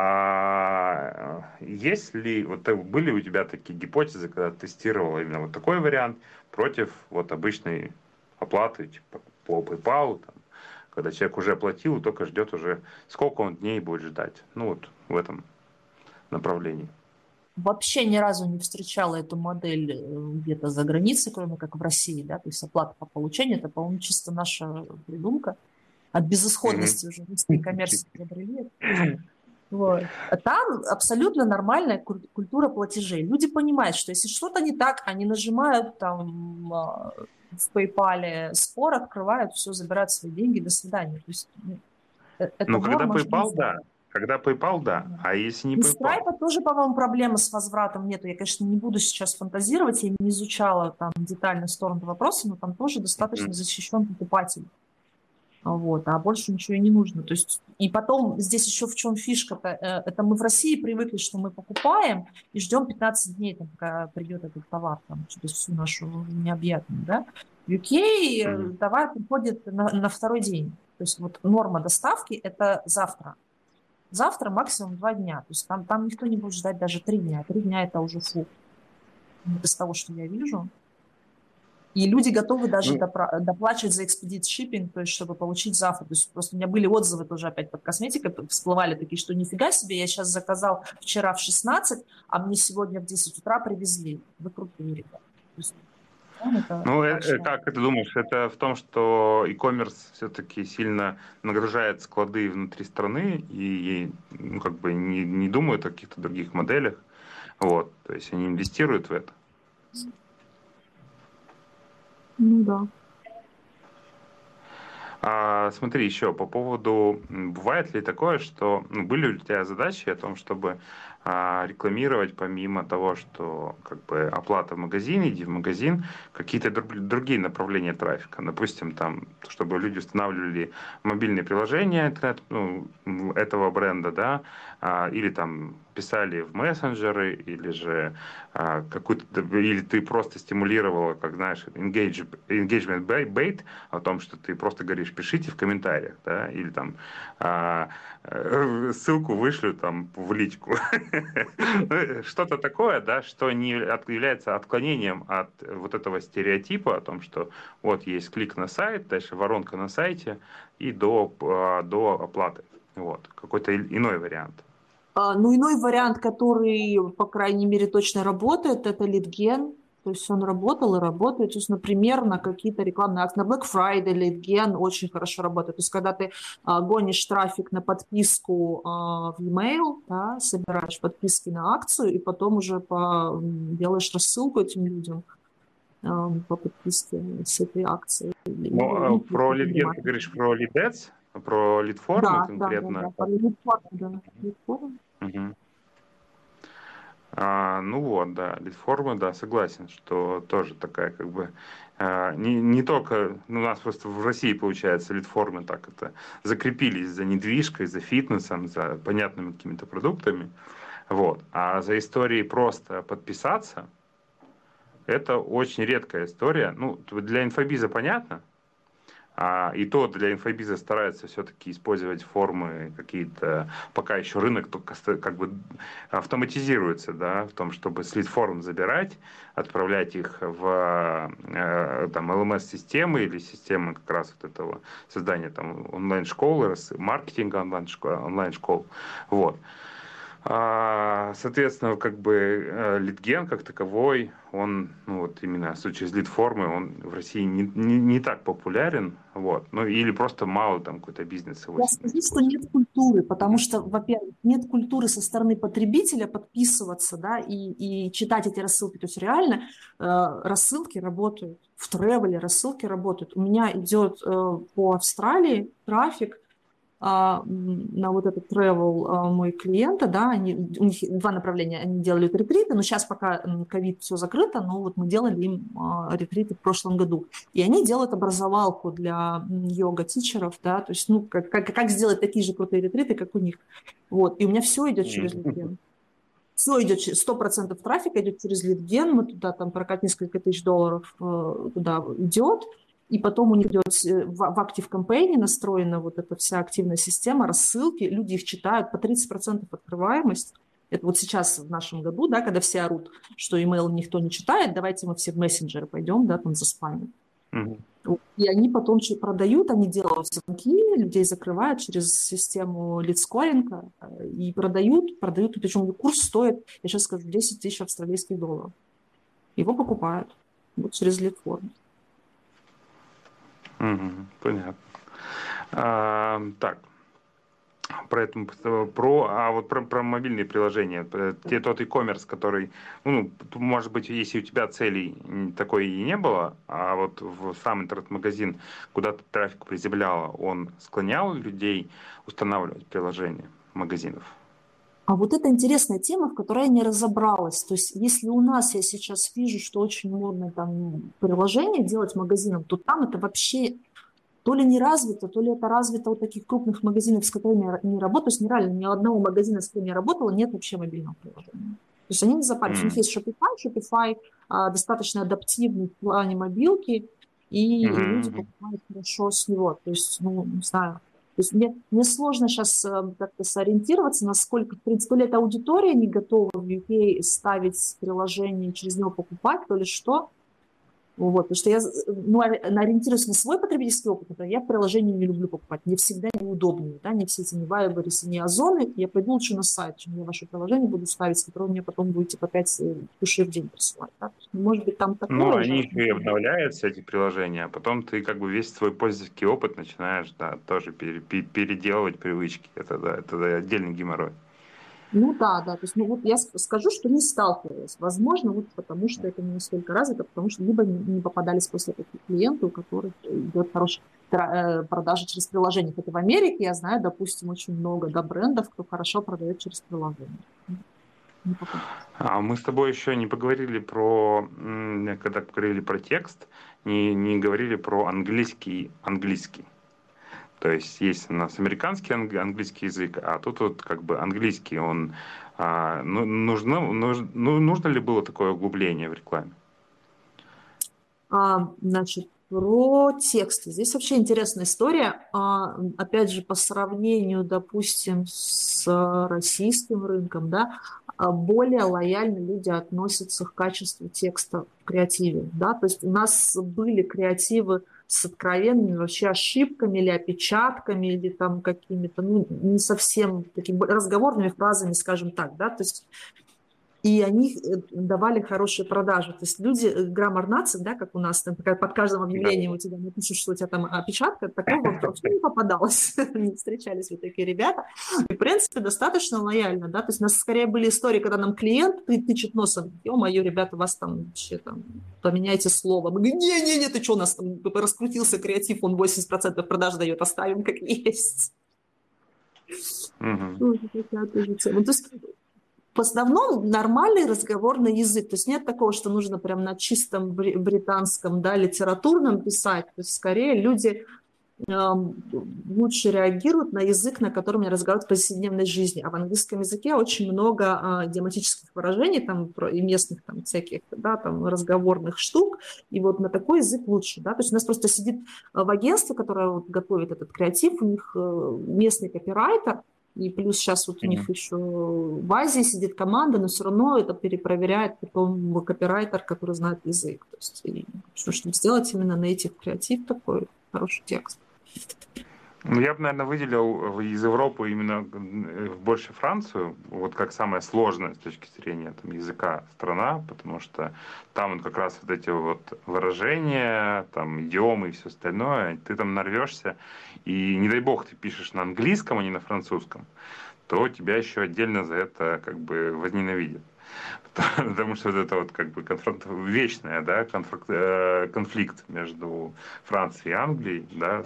А есть ли, вот были у тебя такие гипотезы, когда ты тестировал именно вот такой вариант против вот обычной оплаты, типа по PayPal, там, когда человек уже оплатил и только ждет уже, сколько он дней будет ждать. Ну вот в этом направлении. Вообще ни разу не встречала эту модель где-то за границей, кроме как в России, да, то есть оплата по получению, это, по-моему, чисто наша придумка. От безысходности уже русские коммерции изобрели. Вот. А там абсолютно нормальная культура платежей. Люди понимают, что если что-то не так, они нажимают там в PayPal спор, открывают, все, забирают свои деньги, до свидания. То есть, это Ну, когда норма PayPal, жизни. да. Когда PayPal, да. А если не У PayPal? Stripe тоже, по-моему, проблемы с возвратом нету. Я, конечно, не буду сейчас фантазировать, я не изучала там детально сторону вопроса, но там тоже достаточно защищен покупатель. Вот, а больше ничего и не нужно. То есть, и потом здесь еще в чем фишка-то? Это мы в России привыкли, что мы покупаем и ждем 15 дней, там, пока придет этот товар там, через всю нашу необъятную. Да? В UK товар приходит на второй день. То есть вот норма доставки – это завтра. Завтра максимум 2 дня. То есть там никто не будет ждать даже 3 дня. 3 дня – это уже фу. Из того, что я вижу. И люди готовы даже доплачивать за expedite shipping, то есть чтобы получить завтра. То есть просто у меня были отзывы тоже опять под косметикой, всплывали такие, что нифига себе, я сейчас заказал вчера в 16, а мне сегодня в 10 утра привезли. Вы крутые, ребята. Как ты думаешь, это в том, что e-commerce все-таки сильно нагружает склады внутри страны и не думают о каких-то других моделях, вот, то есть они инвестируют в это? Ну да. Смотри, еще по поводу, бывает ли такое, что были у тебя задачи о том, чтобы рекламировать помимо того, что как бы оплата в магазине, иди в магазин, какие-то другие направления трафика, допустим, там, чтобы люди устанавливали мобильные приложения этого бренда, да, или там писали в мессенджеры, или же или ты просто стимулировала, как знаешь, engagement bait, о том, что ты просто говоришь, пишите в комментариях, да, или там ссылку вышлю там в личку. Что-то такое, да, что не является отклонением от вот этого стереотипа о том, что вот есть клик на сайт, дальше воронка на сайте и до оплаты. Вот. Какой-то иной вариант. Иной вариант, который, по крайней мере, точно работает, это лидген. То есть он работал и работает. То есть, например, на какие-то рекламные акции, на Black Friday лидген очень хорошо работает. То есть когда ты гонишь трафик на подписку в e-mail, да, собираешь подписки на акцию и потом уже делаешь рассылку этим людям по подписке с этой акцией. Про лидген ты говоришь про лидец? Про лидформу конкретно? Да, про лидформу, да. Лидформу. Угу. Лидформа, да, согласен, что тоже такая как бы не только, у нас просто в России получается лидформы так это закрепились за недвижкой, за фитнесом, за понятными какими-то продуктами, вот, а за историей просто подписаться это очень редкая история, для инфобиза понятно. И то для инфобиза стараются все-таки использовать формы какие-то, пока еще рынок только как бы автоматизируется, да, в том, чтобы с лид-форм забирать, отправлять их в там, LMS-системы или системы как раз вот этого создания там онлайн-школы, маркетинга онлайн-школ. Вот. Соответственно, как бы лидген как таковой, он, именно в случае с лид-формой, он в России не так популярен, вот, или просто мало там какой-то бизнес его. Я скажу, что нет культуры, потому что, во-первых, нет культуры со стороны потребителя подписываться, да, и читать эти рассылки. То есть реально рассылки работают, в тревеле рассылки работают. У меня идет по Австралии трафик на вот этот travel мой клиента, да, у них 2 направления, они делали ретриты, но сейчас пока ковид все закрыто, но вот мы делали им ретриты в прошлом году. И они делают образовалку для йога-тичеров, да, то есть, как сделать такие же крутые ретриты, как у них. Вот, и у меня все идет через лидген. Все идет, 100% трафика идет через лидген, мы туда там прокат несколько тысяч долларов туда идет, и потом у них идет в Active Campaign настроена вот эта вся активная система, рассылки, люди их читают, по 30% открываемость. Это вот сейчас в нашем году, да, когда все орут, что email никто не читает, давайте мы все в мессенджеры пойдем, да, там заспамим. Мгм. И они потом продают, они делают звонки, людей закрывают через систему лидскоринга и продают, причем курс стоит, я сейчас скажу, 10 тысяч австралийских долларов. Его покупают вот через лидформу. Понятно. Так, про мобильные приложения. Тот e-commerce, который, может быть, если у тебя целей такой и не было, а вот в сам интернет-магазин, куда ты трафик приземляла, он склонял людей устанавливать приложения магазинов? А вот это интересная тема, в которой я не разобралась. То есть если у нас я сейчас вижу, что очень модно там приложение делать магазином, то там это вообще то ли не развито, то ли это развито у таких крупных магазинов, с которыми я не работаю. То есть нереально, ни одного магазина, с которым я работала, нет вообще мобильного приложения. То есть они не запарятся. У них есть Shopify достаточно адаптивный в плане мобилки, и люди покупают хорошо с него. То есть, не знаю. То есть мне сложно сейчас как-то сориентироваться, насколько, в принципе, то ли эта аудитория не готова в UK ставить приложение и через него покупать, то ли что. Вот, потому что я ориентируюсь на свой потребительский опыт, например, я приложение не люблю покупать, мне всегда неудобнее, да, не все эти не Вайберы, не Озоны, я пойду лучше на сайт, чем я ваше приложение буду ставить, с которого мне потом будете по 5 души в день присылать, да? Может быть, там такое. Они еще и обновляются, эти приложения, а потом ты как бы весь свой пользовательский опыт начинаешь, да, тоже переделывать привычки, это отдельный геморрой. Да, то есть, вот я скажу, что не сталкивалась. Возможно, вот потому что это не настолько развито, потому что либо не попадались после таких клиентов, у которых идет хорошая продажа через приложение. Это в Америке, я знаю, допустим, очень много брендов, кто хорошо продает через приложение. Мы с тобой еще не поговорили когда говорили про текст, не говорили про английский. То есть у нас американский английский язык, а тут вот как бы английский, он нужно ли было такое углубление в рекламе? Значит, про тексты. Здесь вообще интересная история. Опять же, по сравнению, допустим, с российским рынком, да, более лояльно люди относятся к качеству текста в креативе. Да? То есть у нас были креативы с откровенными вообще ошибками или опечатками, или там какими-то не совсем такими разговорными фразами, скажем так. Да? То есть и они давали хорошие продажи. То есть люди, граммар-нации, да, как у нас, там, под каждым объявлением у тебя напишут, что у тебя там опечатка, такого вообще не попадалось. Не встречались вот такие ребята. И, в принципе, достаточно лояльно, да, то есть у нас скорее были истории, когда нам клиент тычет носом, ё-моё, ребята, у вас там вообще там, поменяйте слово. Мы говорим, не-не-не, ты что, у нас там раскрутился креатив, он 80% продаж дает, оставим как есть. То есть в основном нормальный разговорный язык. То есть нет такого, что нужно прям на чистом британском, да, литературном писать. То есть скорее люди лучше реагируют на язык, на котором они разговаривают в повседневной жизни. А в английском языке очень много идиоматических выражений там, и местных там, всяких, да, там, разговорных штук. И вот на такой язык лучше. Да? То есть у нас просто сидит в агентстве, которое вот готовит этот креатив, у них местный копирайтер, и плюс сейчас вот у них еще в Азии сидит команда, но все равно это перепроверяет потом копирайтер, который знает язык. То есть, чтобы сделать именно native креатив такой хороший текст. Я бы, наверное, выделил из Европы именно больше Францию, вот как самая сложная с точки зрения там, языка страна, потому что там как раз вот эти вот выражения, там, идиомы и все остальное, ты там нарвешься, и не дай бог ты пишешь на английском, а не на французском, то тебя еще отдельно за это как бы возненавидят. Потому что вот это вот как бы вечный, да, конфликт между Францией и Англией, да,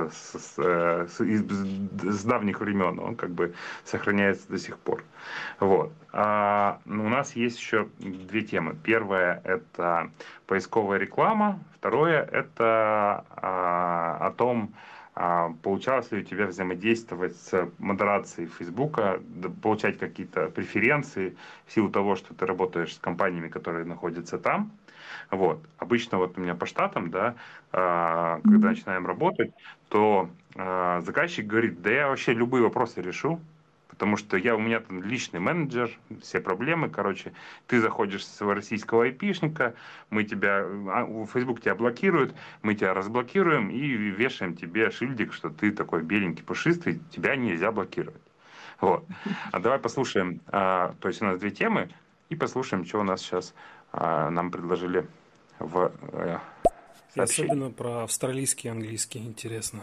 с давних времен, он как бы сохраняется до сих пор. Вот. У нас есть еще две темы. Первая — это поисковая реклама. Второе — это о том, получалось ли у тебя взаимодействовать с модерацией Фейсбука, получать какие-то преференции в силу того, что ты работаешь с компаниями, которые находятся там. Вот. Обычно вот у меня по штатам, да, когда начинаем работать, то заказчик говорит, да я вообще любые вопросы решу, потому что у меня там личный менеджер, все проблемы, короче, ты заходишь с своего российского айпишника, Facebook тебя блокирует, мы тебя разблокируем и вешаем тебе шильдик, что ты такой беленький, пушистый, тебя нельзя блокировать. Вот. А давай послушаем, то есть у нас 2 темы, и послушаем, что у нас сейчас нам предложили в и особенно про австралийский и английский интересно.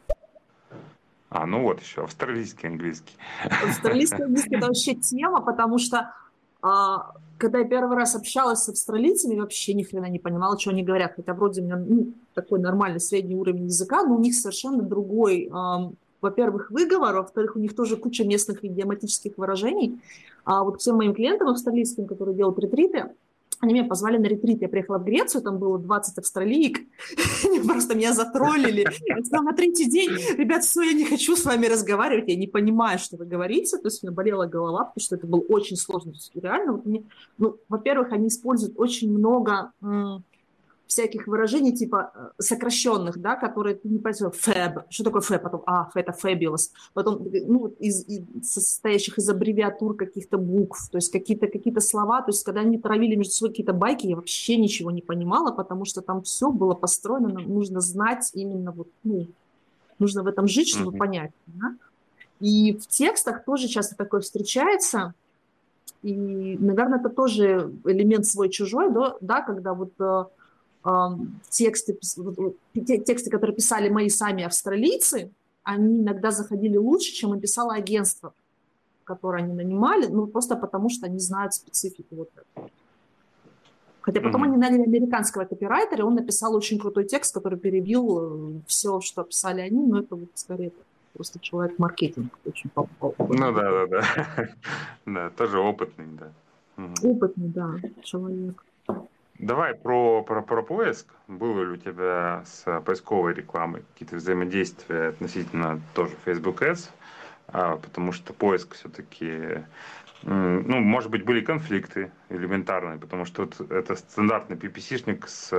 Ну вот еще, австралийский английский. Австралийский английский – это вообще тема, потому что когда я первый раз общалась с австралийцами, вообще ни хрена не понимала, что они говорят. Хотя вроде у меня такой нормальный средний уровень языка, но у них совершенно другой, во-первых, выговор, во-вторых, у них тоже куча местных идиоматических выражений. Вот всем моим клиентам австралийским, которые делают ретриты, они меня позвали на ретрит. Я приехала в Грецию, там было 20 австралиек. Они просто меня затроллили. Я сказала, на 3-й день, ребят, все, я не хочу с вами разговаривать, я не понимаю, что вы говорите. То есть у меня болела голова, потому что это было очень сложно. Реально, во-первых, они используют очень много всяких выражений, типа сокращенных, да, которые ты не понимаешь. Fab. Что такое fab? Потом, это fabulous. Потом, состоящих из аббревиатур каких-то букв, то есть какие-то слова, то есть когда они травили между собой какие-то байки, я вообще ничего не понимала, потому что там все было построено, нужно знать именно нужно в этом жить, чтобы понять. Да? И в текстах тоже часто такое встречается, и, наверное, это тоже элемент свой-чужой, да, когда тексты, которые писали мои сами австралийцы, они иногда заходили лучше, чем им писало агентство, которое они нанимали, просто потому что они знают специфику вот этого. Хотя потом они наняли американского копирайтера, и он написал очень крутой текст, который перебил все, что писали они, но это скорее просто человек-маркетинг очень попал. Да, тоже опытный, да. Опытный, да, человек. Давай про поиск. Было ли у тебя с поисковой рекламой какие-то взаимодействия относительно тоже Facebook Ads? Потому что поиск все-таки, может быть, были конфликты элементарные, потому что это стандартный PPC-шник с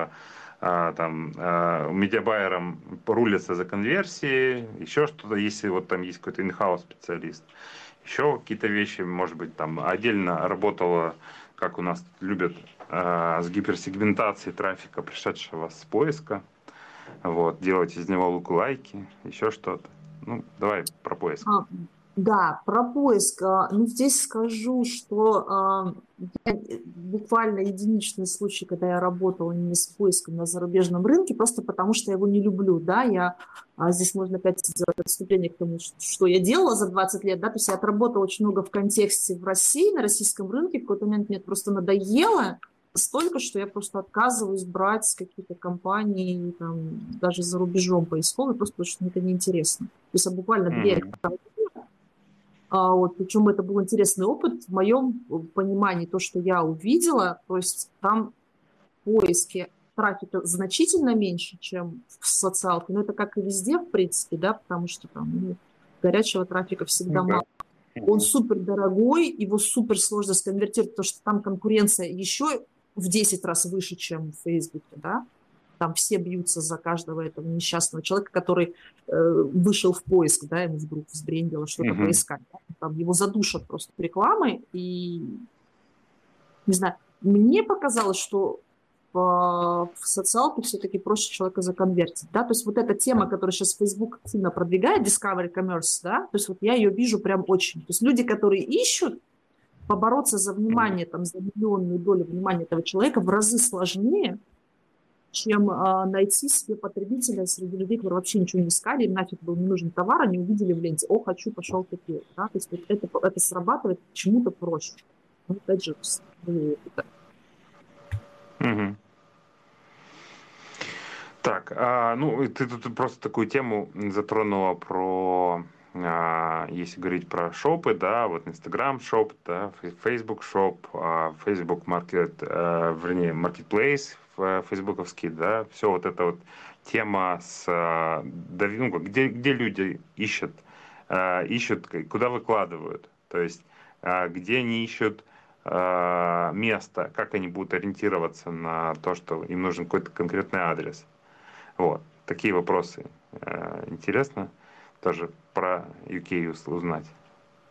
медиабайером рулится за конверсии, еще что-то, если вот там есть какой-то in-house специалист. Еще какие-то вещи, может быть, там отдельно работало, как у нас любят, с гиперсегментацией трафика, пришедшего с поиска. Вот, делать из него лук-лайки, еще что-то. Давай про поиск. Да, про поиск. Здесь скажу, что буквально единичный случай, когда я работала именно с поиском на зарубежном рынке, просто потому что я его не люблю, да, здесь можно опять сделать отступление к тому, что я делала за 20 лет, да, то есть я отработала очень много в контексте в России, на российском рынке, в какой-то момент мне это просто надоело, столько, что я просто отказываюсь брать какие-то компании, там, даже за рубежом поисковые, просто потому что мне это неинтересно. То есть я буквально 2 лет причем это был интересный опыт. В моем понимании, то, что я увидела, то есть там поиски трафика значительно меньше, чем в социалке. Но это как и везде, в принципе, да, потому что там горячего трафика всегда мало. Он супер дорогой, его супер сложно сконвертировать, потому что там конкуренция еще в 10 раз выше, чем в Фейсбуке, да. Там все бьются за каждого этого несчастного человека, который вышел в поиск, да, ему вдруг взбрендило что-то поискать. Да? Там его задушат просто рекламой. И, не знаю, мне показалось, что в социалке все-таки проще человека законвертить. Да? То есть вот эта тема, которую сейчас Facebook активно продвигает, Discovery Commerce, да, то есть вот я ее вижу прям очень. То есть люди, которые ищут, побороться за внимание, там, за миллионную долю внимания этого человека в разы сложнее, чем найти себе потребителя среди людей, которые вообще ничего не искали, им нафиг был не нужен товар, они увидели в ленте, хочу, пошел купил. Да? То есть вот это срабатывает почему-то проще. Опять же, Так, ты тут просто такую тему затронула про, если говорить про шопы, да, вот Instagram шоп, да, Facebook шоп, Facebook Marketplace, фейсбуковский, да, все вот эта вот тема где люди ищут, куда выкладывают, то есть где они ищут место, как они будут ориентироваться на то, что им нужен какой-то конкретный адрес. Вот, такие вопросы. Интересно тоже про UK узнать.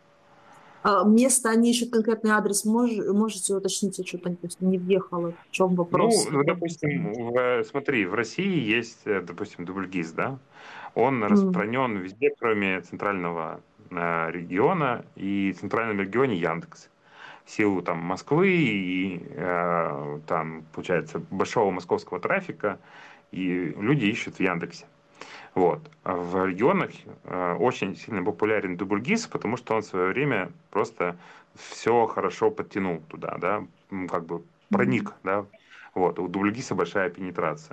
Место, они ищут конкретный адрес. Можете уточнить, я что-то не въехала. В чем вопрос? Допустим, смотри, в России есть, допустим, Дубльгиз, да? Он М, распространен везде, кроме центрального региона, и в центральном регионе Яндекс. В силу там Москвы и там, получается, большого московского трафика, и люди ищут в Яндексе. Вот. А в регионах очень сильно популярен Дубльгиз, потому что он в свое время просто все хорошо подтянул туда, да, как бы проник, да. Вот. У Дубльгиза большая пенетрация.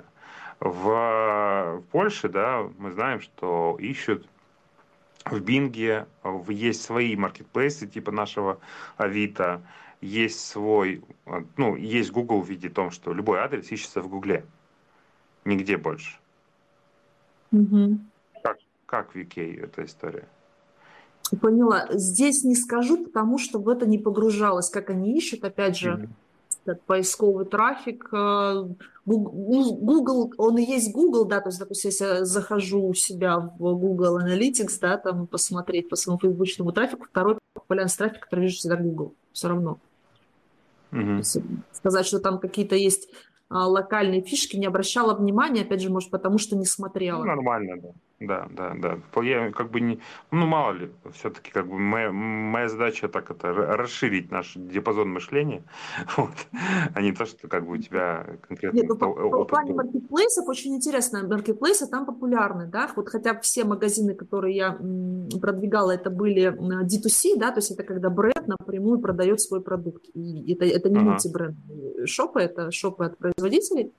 В Польше, да, мы знаем, что ищут в Бинге, есть свои маркетплейсы типа нашего Авито, есть свой, ну, есть Google в виде том, что любой адрес ищется в Гугле, нигде больше. мгм. Как в UK эта история? Поняла. Здесь не скажу, потому что в это не погружалась, как они ищут. Опять же, Мгм. этот поисковый трафик. Google, он и есть Google, да, то есть, допустим, если я захожу у себя в Google Analytics, да, там посмотреть по своему фейсбучному трафику, второй популярный трафик, который вижу всегда Google. Все равно. То Мгм. есть сказать, что там какие-то есть локальные фишки, не обращала внимания, опять же, может, потому что не Ну, смотрела. нормально, да. Да, да, да. Я как бы не, ну, мало ли, все-таки как бы моя задача так это расширить наш диапазон мышления, вот, а не то, что как бы у тебя Нет, конкретно ну, в опыт плане был. маркетплейсов очень интересно. Маркетплейсы там популярны, да, вот хотя все магазины, которые я продвигала, это были D2C, да, то есть это когда бренд напрямую продает свой продукт. И это не Ага. мультибренд шопы, это шопы от производителей.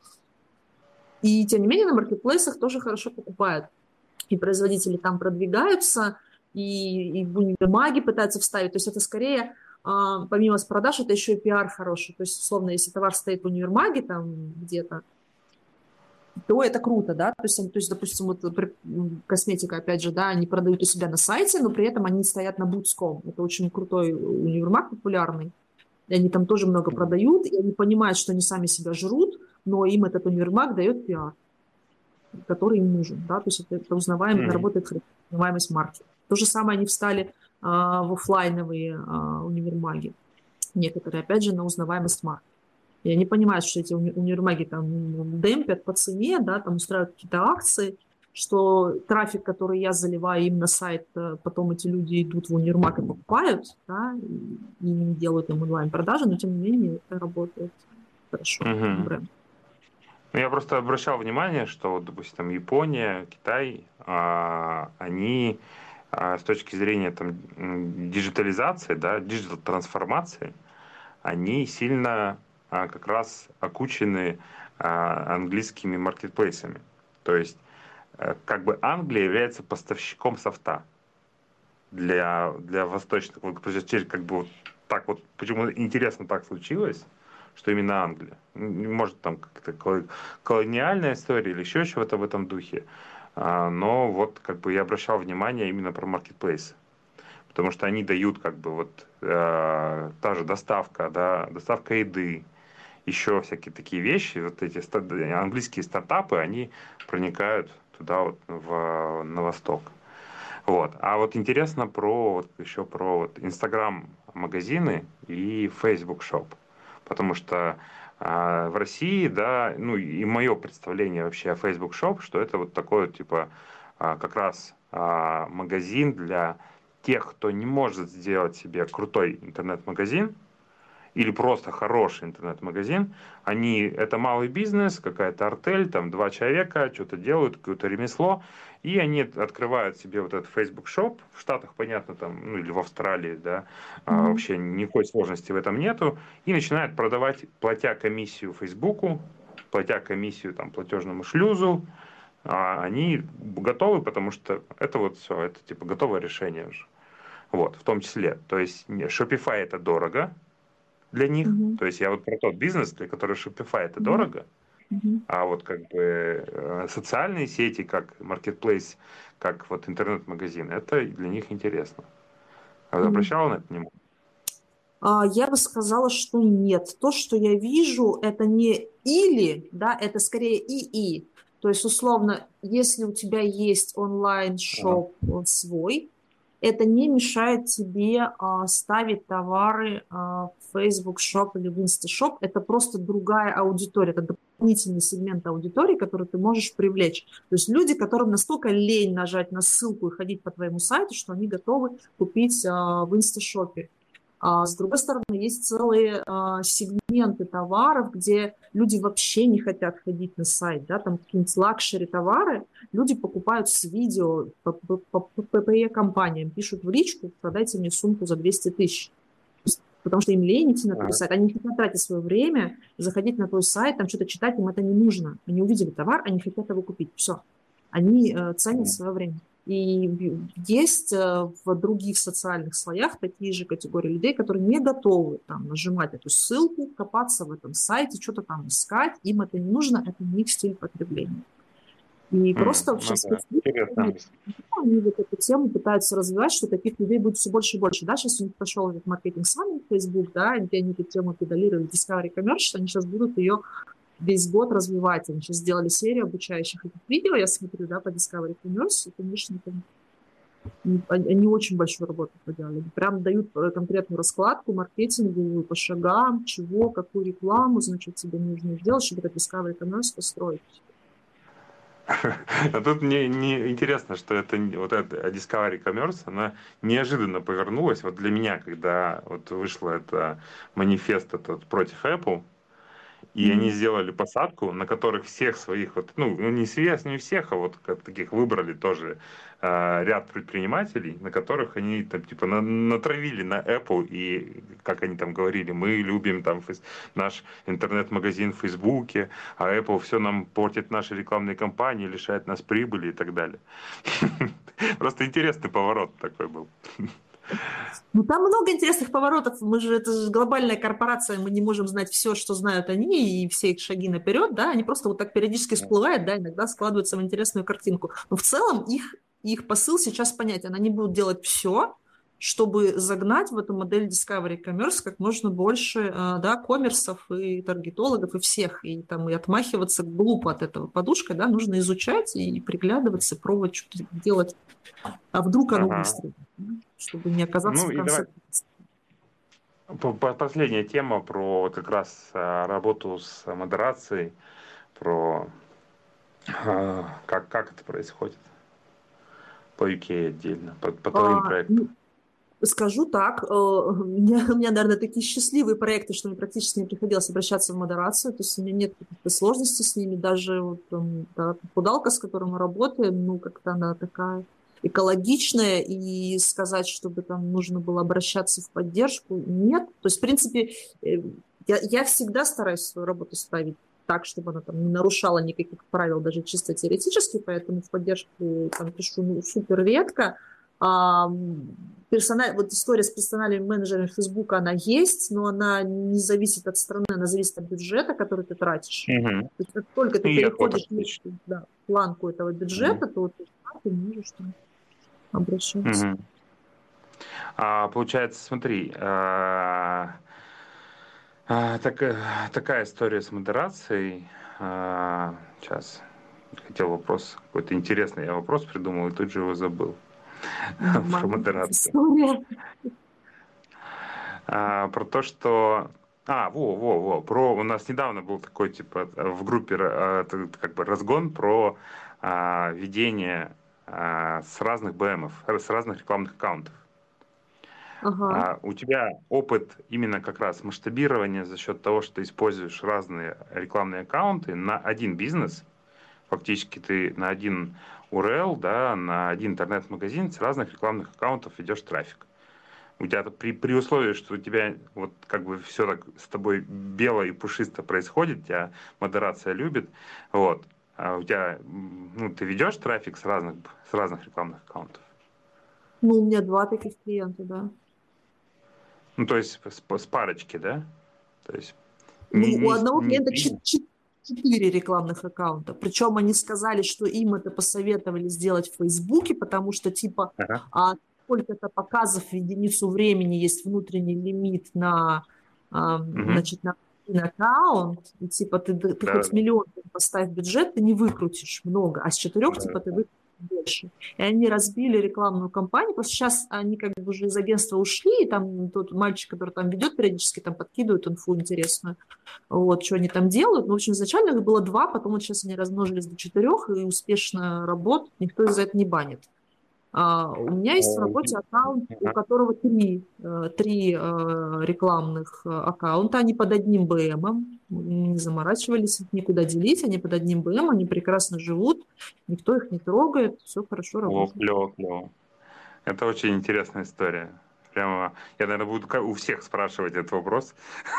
И тем не менее на маркетплейсах тоже хорошо покупают. И производители там продвигаются, и в универмаги пытаются вставить. То есть это скорее, помимо с продаж, это еще и пиар хороший. То есть, условно, если товар стоит в универмаге там где-то, то это круто, да, то есть, допустим, вот косметика, опять же, да, они продают у себя на сайте, но при этом они стоят на Boots.com. Это очень крутой универмаг популярный, и они там тоже много продают, и они понимают, что они сами себя жрут, но им этот универмаг дает пиар, который им нужен, да, то есть это узнаваемость, Мгм. работает узнаваемость марки. То же самое они встали в оффлайновые универмаги, некоторые, опять же, на узнаваемость марки. И они понимают, что эти универмаги там демпят по цене, да, там устраивают какие-то акции, что трафик, который я заливаю им на сайт, потом эти люди идут в универмаг и покупают, да, и не делают им онлайн-продажи, но тем не менее это работает хорошо, как Мгм. бренд. Ну, я просто обращал внимание, что, вот, допустим, там Япония, Китай, они с точки зрения там диджитализации, да, диджитал-трансформации, они сильно как раз окучены английскими маркетплейсами. То есть как бы Англия является поставщиком софта для восточных. Вот, как бы вот так вот, почему интересно так случилось, что именно Англия. Может, там как-то колониальная история или еще чего-то в этом духе. Но вот как бы я обращал внимание именно про маркетплейсы. Потому что они дают как бы вот та же доставка, да, доставка еды, еще всякие такие вещи, вот эти английские стартапы, они проникают туда вот на восток. Вот. А вот интересно про вот, еще про вот Инстаграм магазины и Facebook Shop. Потому что в России, да, ну и мое представление вообще о Facebook Shop, что это вот такой вот, типа как раз магазин для тех, кто не может сделать себе крутой интернет-магазин, или просто хороший интернет-магазин, это малый бизнес, какая-то артель, там два человека что-то делают, какое-то ремесло, и они открывают себе вот этот Facebook Shop, в Штатах, понятно, там, ну или в Австралии, да, Мгм. вообще никакой сложности в этом нету, и начинают продавать, платя комиссию Фейсбуку, платя комиссию там платежному шлюзу, они готовы, потому что это вот все, это типа готовое решение уже. Вот, в том числе. То есть Shopify это дорого, для них. Мгм. То есть я вот про тот бизнес, для которого Shopify это Мгм. дорого, Мгм. а вот как бы социальные сети, как Marketplace, как вот интернет-магазин, это для них интересно. А вы Мгм. обращала на это внимание? Я бы сказала, что нет. То, что я вижу, это не или, да, это скорее и. То есть, условно, если у тебя есть Ага. онлайн-шоп свой, это не мешает тебе ставить товары в Facebook Shop или в Insta Shop. Это просто другая аудитория, это дополнительный сегмент аудитории, который ты можешь привлечь. То есть люди, которым настолько лень нажать на ссылку и ходить по твоему сайту, что они готовы купить в Insta Shop. А с другой стороны, есть целые сегменты товаров, где люди вообще не хотят ходить на сайт, да, там какие-нибудь лакшери товары люди покупают с видео по ППЕ-компаниям, пишут в личку: продайте мне сумку за 200 тысяч. Потому что им лень идти на твой сайт, они не хотят тратить свое время, заходить на твой сайт, там что-то читать, им это не нужно. Они увидели товар, они хотят его купить, все. Они ценят свое время. И есть в других социальных слоях такие же категории людей, которые не готовы там нажимать эту ссылку, копаться в этом сайте, что-то там искать. Им это не нужно, это не их стиль потребления. И просто сейчас они вот эту тему пытаются развивать, что таких людей будет все больше и больше. Да, сейчас у них пошел этот маркетинг саммит Facebook, да, где они эту тему педалировали, Discovery Commerce, что они сейчас будут ее весь год развивать. Они сейчас сделали серию обучающих этих видео, я смотрю, да, по Discovery Commerce, и, конечно, они очень большую работу проделали. Прям дают конкретную раскладку маркетинговую по шагам, чего, какую рекламу, значит, тебе нужно сделать, чтобы этот Discovery Commerce построить. А тут мне интересно, что это вот эта Discovery Commerce, она неожиданно повернулась. Вот для меня, когда вот вышло это манифест этот против Apple, и они сделали посадку, на которых всех своих, вот, ну, не всех, а вот таких выбрали тоже ряд предпринимателей, на которых они там типа натравили на Apple, и, как они там говорили, мы любим там наш интернет-магазин в Фейсбуке, а Apple все нам портит наши рекламные кампании, лишает нас прибыли и так далее. Просто интересный поворот такой был. Ну, там много интересных поворотов. Это же глобальная корпорация, мы не можем знать все, что знают они, и все их шаги наперед, да, они просто вот так периодически всплывают, да, иногда складываются в интересную картинку. Но в целом их посыл сейчас понятен. Они будут делать все, чтобы загнать в эту модель Discovery Commerce как можно больше, да, коммерсов и таргетологов, и всех, и там и отмахиваться глупо от этого подушкой, да, нужно изучать и приглядываться, пробовать что-то делать. А вдруг оно выстрелит, чтобы не оказаться в конце. Последняя тема про как раз работу с модерацией, про как это происходит по UK отдельно, по твоим проектам. Скажу так, у меня, наверное, такие счастливые проекты, что мне практически не приходилось обращаться в модерацию, то есть у меня нет каких-то сложностей с ними, даже вот, да, попудалка, с которой мы работаем, ну, как-то она такая экологичная, и сказать, чтобы там нужно было обращаться в поддержку, нет. То есть, в принципе, я всегда стараюсь свою работу ставить так, чтобы она там не нарушала никаких правил, даже чисто теоретически, поэтому в поддержку там пишу супер редко. Вот история с персональными менеджерами Facebook, она есть, но она не зависит от страны, она зависит от бюджета, который ты тратишь. То есть, как только ты переходишь планку этого бюджета, то ты можешь там обращаться. Получается, смотри, такая история с модерацией. Сейчас хотел вопрос, какой-то интересный я вопрос придумал и тут же его забыл. Про модерацию. Про то, что... у нас недавно был такой, типа, в группе как бы разгон про ведение с разных БМов, с разных рекламных аккаунтов. У тебя опыт именно как раз масштабирования за счет того, что ты используешь разные рекламные аккаунты на один бизнес. Фактически ты на один URL, да, на один интернет-магазин с разных рекламных аккаунтов ведешь трафик. У тебя при условии, что у тебя вот как бы все так с тобой бело и пушисто происходит, тебя модерация любит, вот, а у тебя, ну, ты ведешь трафик с разных рекламных аккаунтов? Ну, у меня 2 таких клиента, да. Ну, то есть с парочки, да? То есть у одного клиента 4 рекламных аккаунта. Причем они сказали, что им это посоветовали сделать в Фейсбуке, потому что, типа, сколько-то показов в единицу времени есть внутренний лимит на, значит, на один аккаунт, и, типа, ты хоть миллион поставь бюджет, ты не выкрутишь много, а с 4, типа, ты выкрутишь больше. И они разбили рекламную кампанию. Просто сейчас они как бы уже из агентства ушли, и там тот мальчик, который там ведет, периодически там подкидывает инфу интересную. Вот, что они там делают. Ну, в общем, изначально их было 2, потом вот сейчас они размножились до 4, и успешно работают, никто из-за этого не банит. У меня есть в работе аккаунт, у которого 3 рекламных аккаунта, они под одним БМом, не заморачивались их никуда делить, они под одним БМом, они прекрасно живут, никто их не трогает, все хорошо работает. Клево. Это очень интересная история. Прямо, я, наверное, буду у всех спрашивать этот вопрос.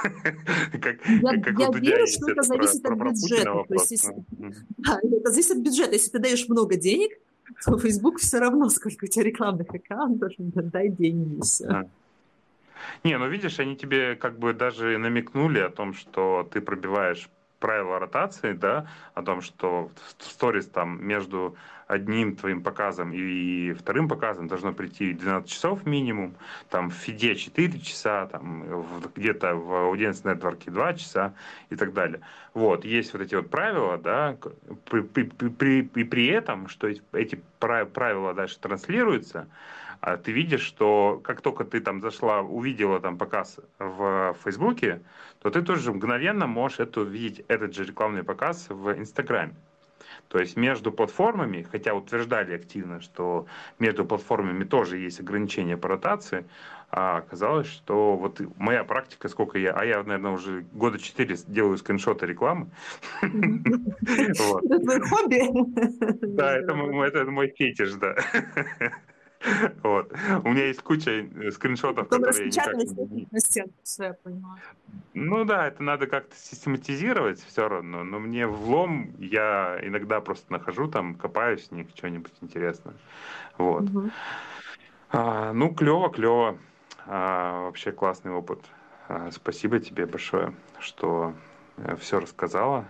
Я верю, что это зависит от бюджета. Это зависит от бюджета. Если ты даешь много денег, то Facebook все равно, сколько у тебя рекламных аккаунтов, дай деньги и все. Не, ну видишь, они тебе как бы даже намекнули о том, что ты пробиваешь правила ротации, да, о том, что в сторис там между одним твоим показом и вторым показом должно прийти 12 часов минимум, там в фиде 4 часа, там где-то в Audience Network 2 часа и так далее. Вот, есть вот эти вот правила, да, при этом, что эти правила дальше транслируются, а ты видишь, что как только ты там зашла, увидела там показ в Фейсбуке, то ты тоже мгновенно можешь увидеть этот же рекламный показ в Инстаграме. То есть между платформами, хотя утверждали активно, что между платформами тоже есть ограничения по ротации, а оказалось, что вот моя практика, я, наверное, уже 4 года делаю скриншоты рекламы. Это твое хобби? Да, это мой фетиш, да. Вот. У меня есть куча скриншотов, которые я никак на стенку, все, я понимаю. Ну да, это надо как-то систематизировать все равно, но мне влом, я иногда просто нахожу там, копаюсь в них, что-нибудь интересное. Вот. Ну, клево. Вообще классный опыт. Спасибо тебе большое, что все рассказала.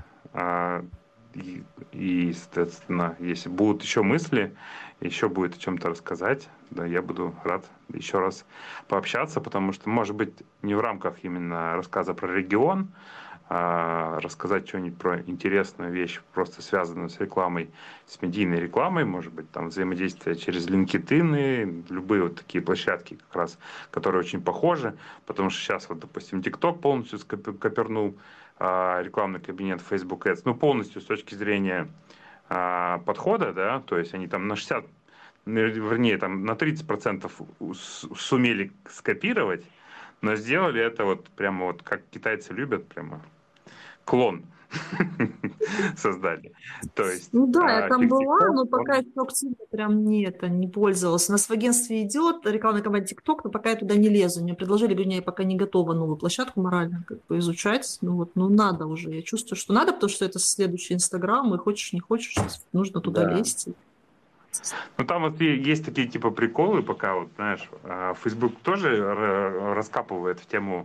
И, соответственно, если будут еще мысли, еще будет о чем-то рассказать, да, я буду рад еще раз пообщаться, потому что, может быть, не в рамках именно рассказа про регион, а рассказать что-нибудь про интересную вещь, просто связанную с рекламой, с медийной рекламой, может быть, там взаимодействие через LinkedIn, любые вот такие площадки, как раз, которые очень похожи, потому что сейчас, вот, допустим, TikTok полностью копернул рекламный кабинет Facebook Ads, ну, полностью с точки зрения подхода, да, то есть они там на 60, вернее, там на 30% сумели скопировать, но сделали это вот прямо вот как китайцы любят, прямо клон создали. То есть, ну да, я там была, но пока я активно прям не пользовалась. У нас в агентстве идет рекламная кампания TikTok, но пока я туда не лезу. Мне предложили, говорю, я пока не готова новую площадку морально как бы изучать. Ну надо уже. Я чувствую, что надо, потому что это следующий Инстаграм, и хочешь, не хочешь, нужно туда лезть. Ну, там вот есть такие типа приколы, пока вот, знаешь, Facebook тоже раскапывает в тему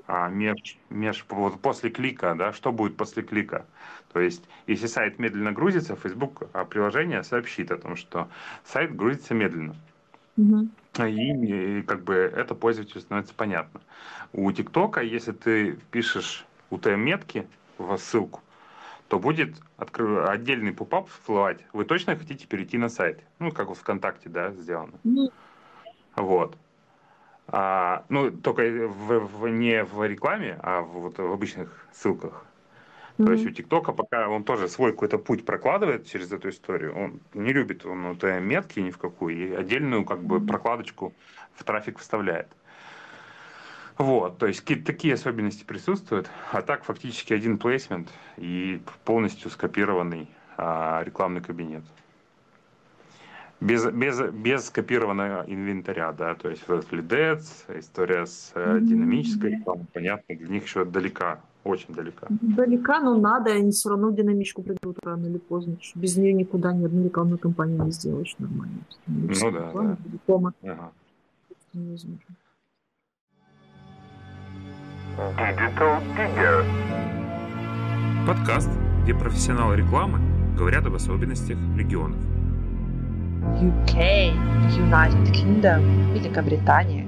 вот после клика, да, что будет после клика. То есть, если сайт медленно грузится, Facebook приложение сообщит о том, что сайт грузится медленно. И как бы это пользователю становится понятно. У ТикТока, если ты пишешь UTM-метки в ссылку, то будет отдельный попап всплывать. Вы точно хотите перейти на сайт? Ну, как в ВКонтакте, да, сделано. Вот. Ну, только не в рекламе, а вот в обычных ссылках. То есть у ТикТока пока он тоже свой какой-то путь прокладывает через эту историю. Он не любит метки ни в какую, и отдельную как бы прокладочку в трафик вставляет. Вот, то есть такие особенности присутствуют, а так фактически один плейсмент и полностью скопированный рекламный кабинет. Без скопированного инвентаря, да, то есть Leadets, история с динамической рекламой, понятно, для них еще далека, очень далека. Далека, но надо, они все равно в динамичку придут рано или поздно. Без нее никуда ни одну рекламную кампанию не сделаешь нормально. Ну да. Ага. Невозможно. Digital Digger. Подкаст, где профессионалы рекламы говорят об особенностях регионов. UK, United Kingdom, Великобритания.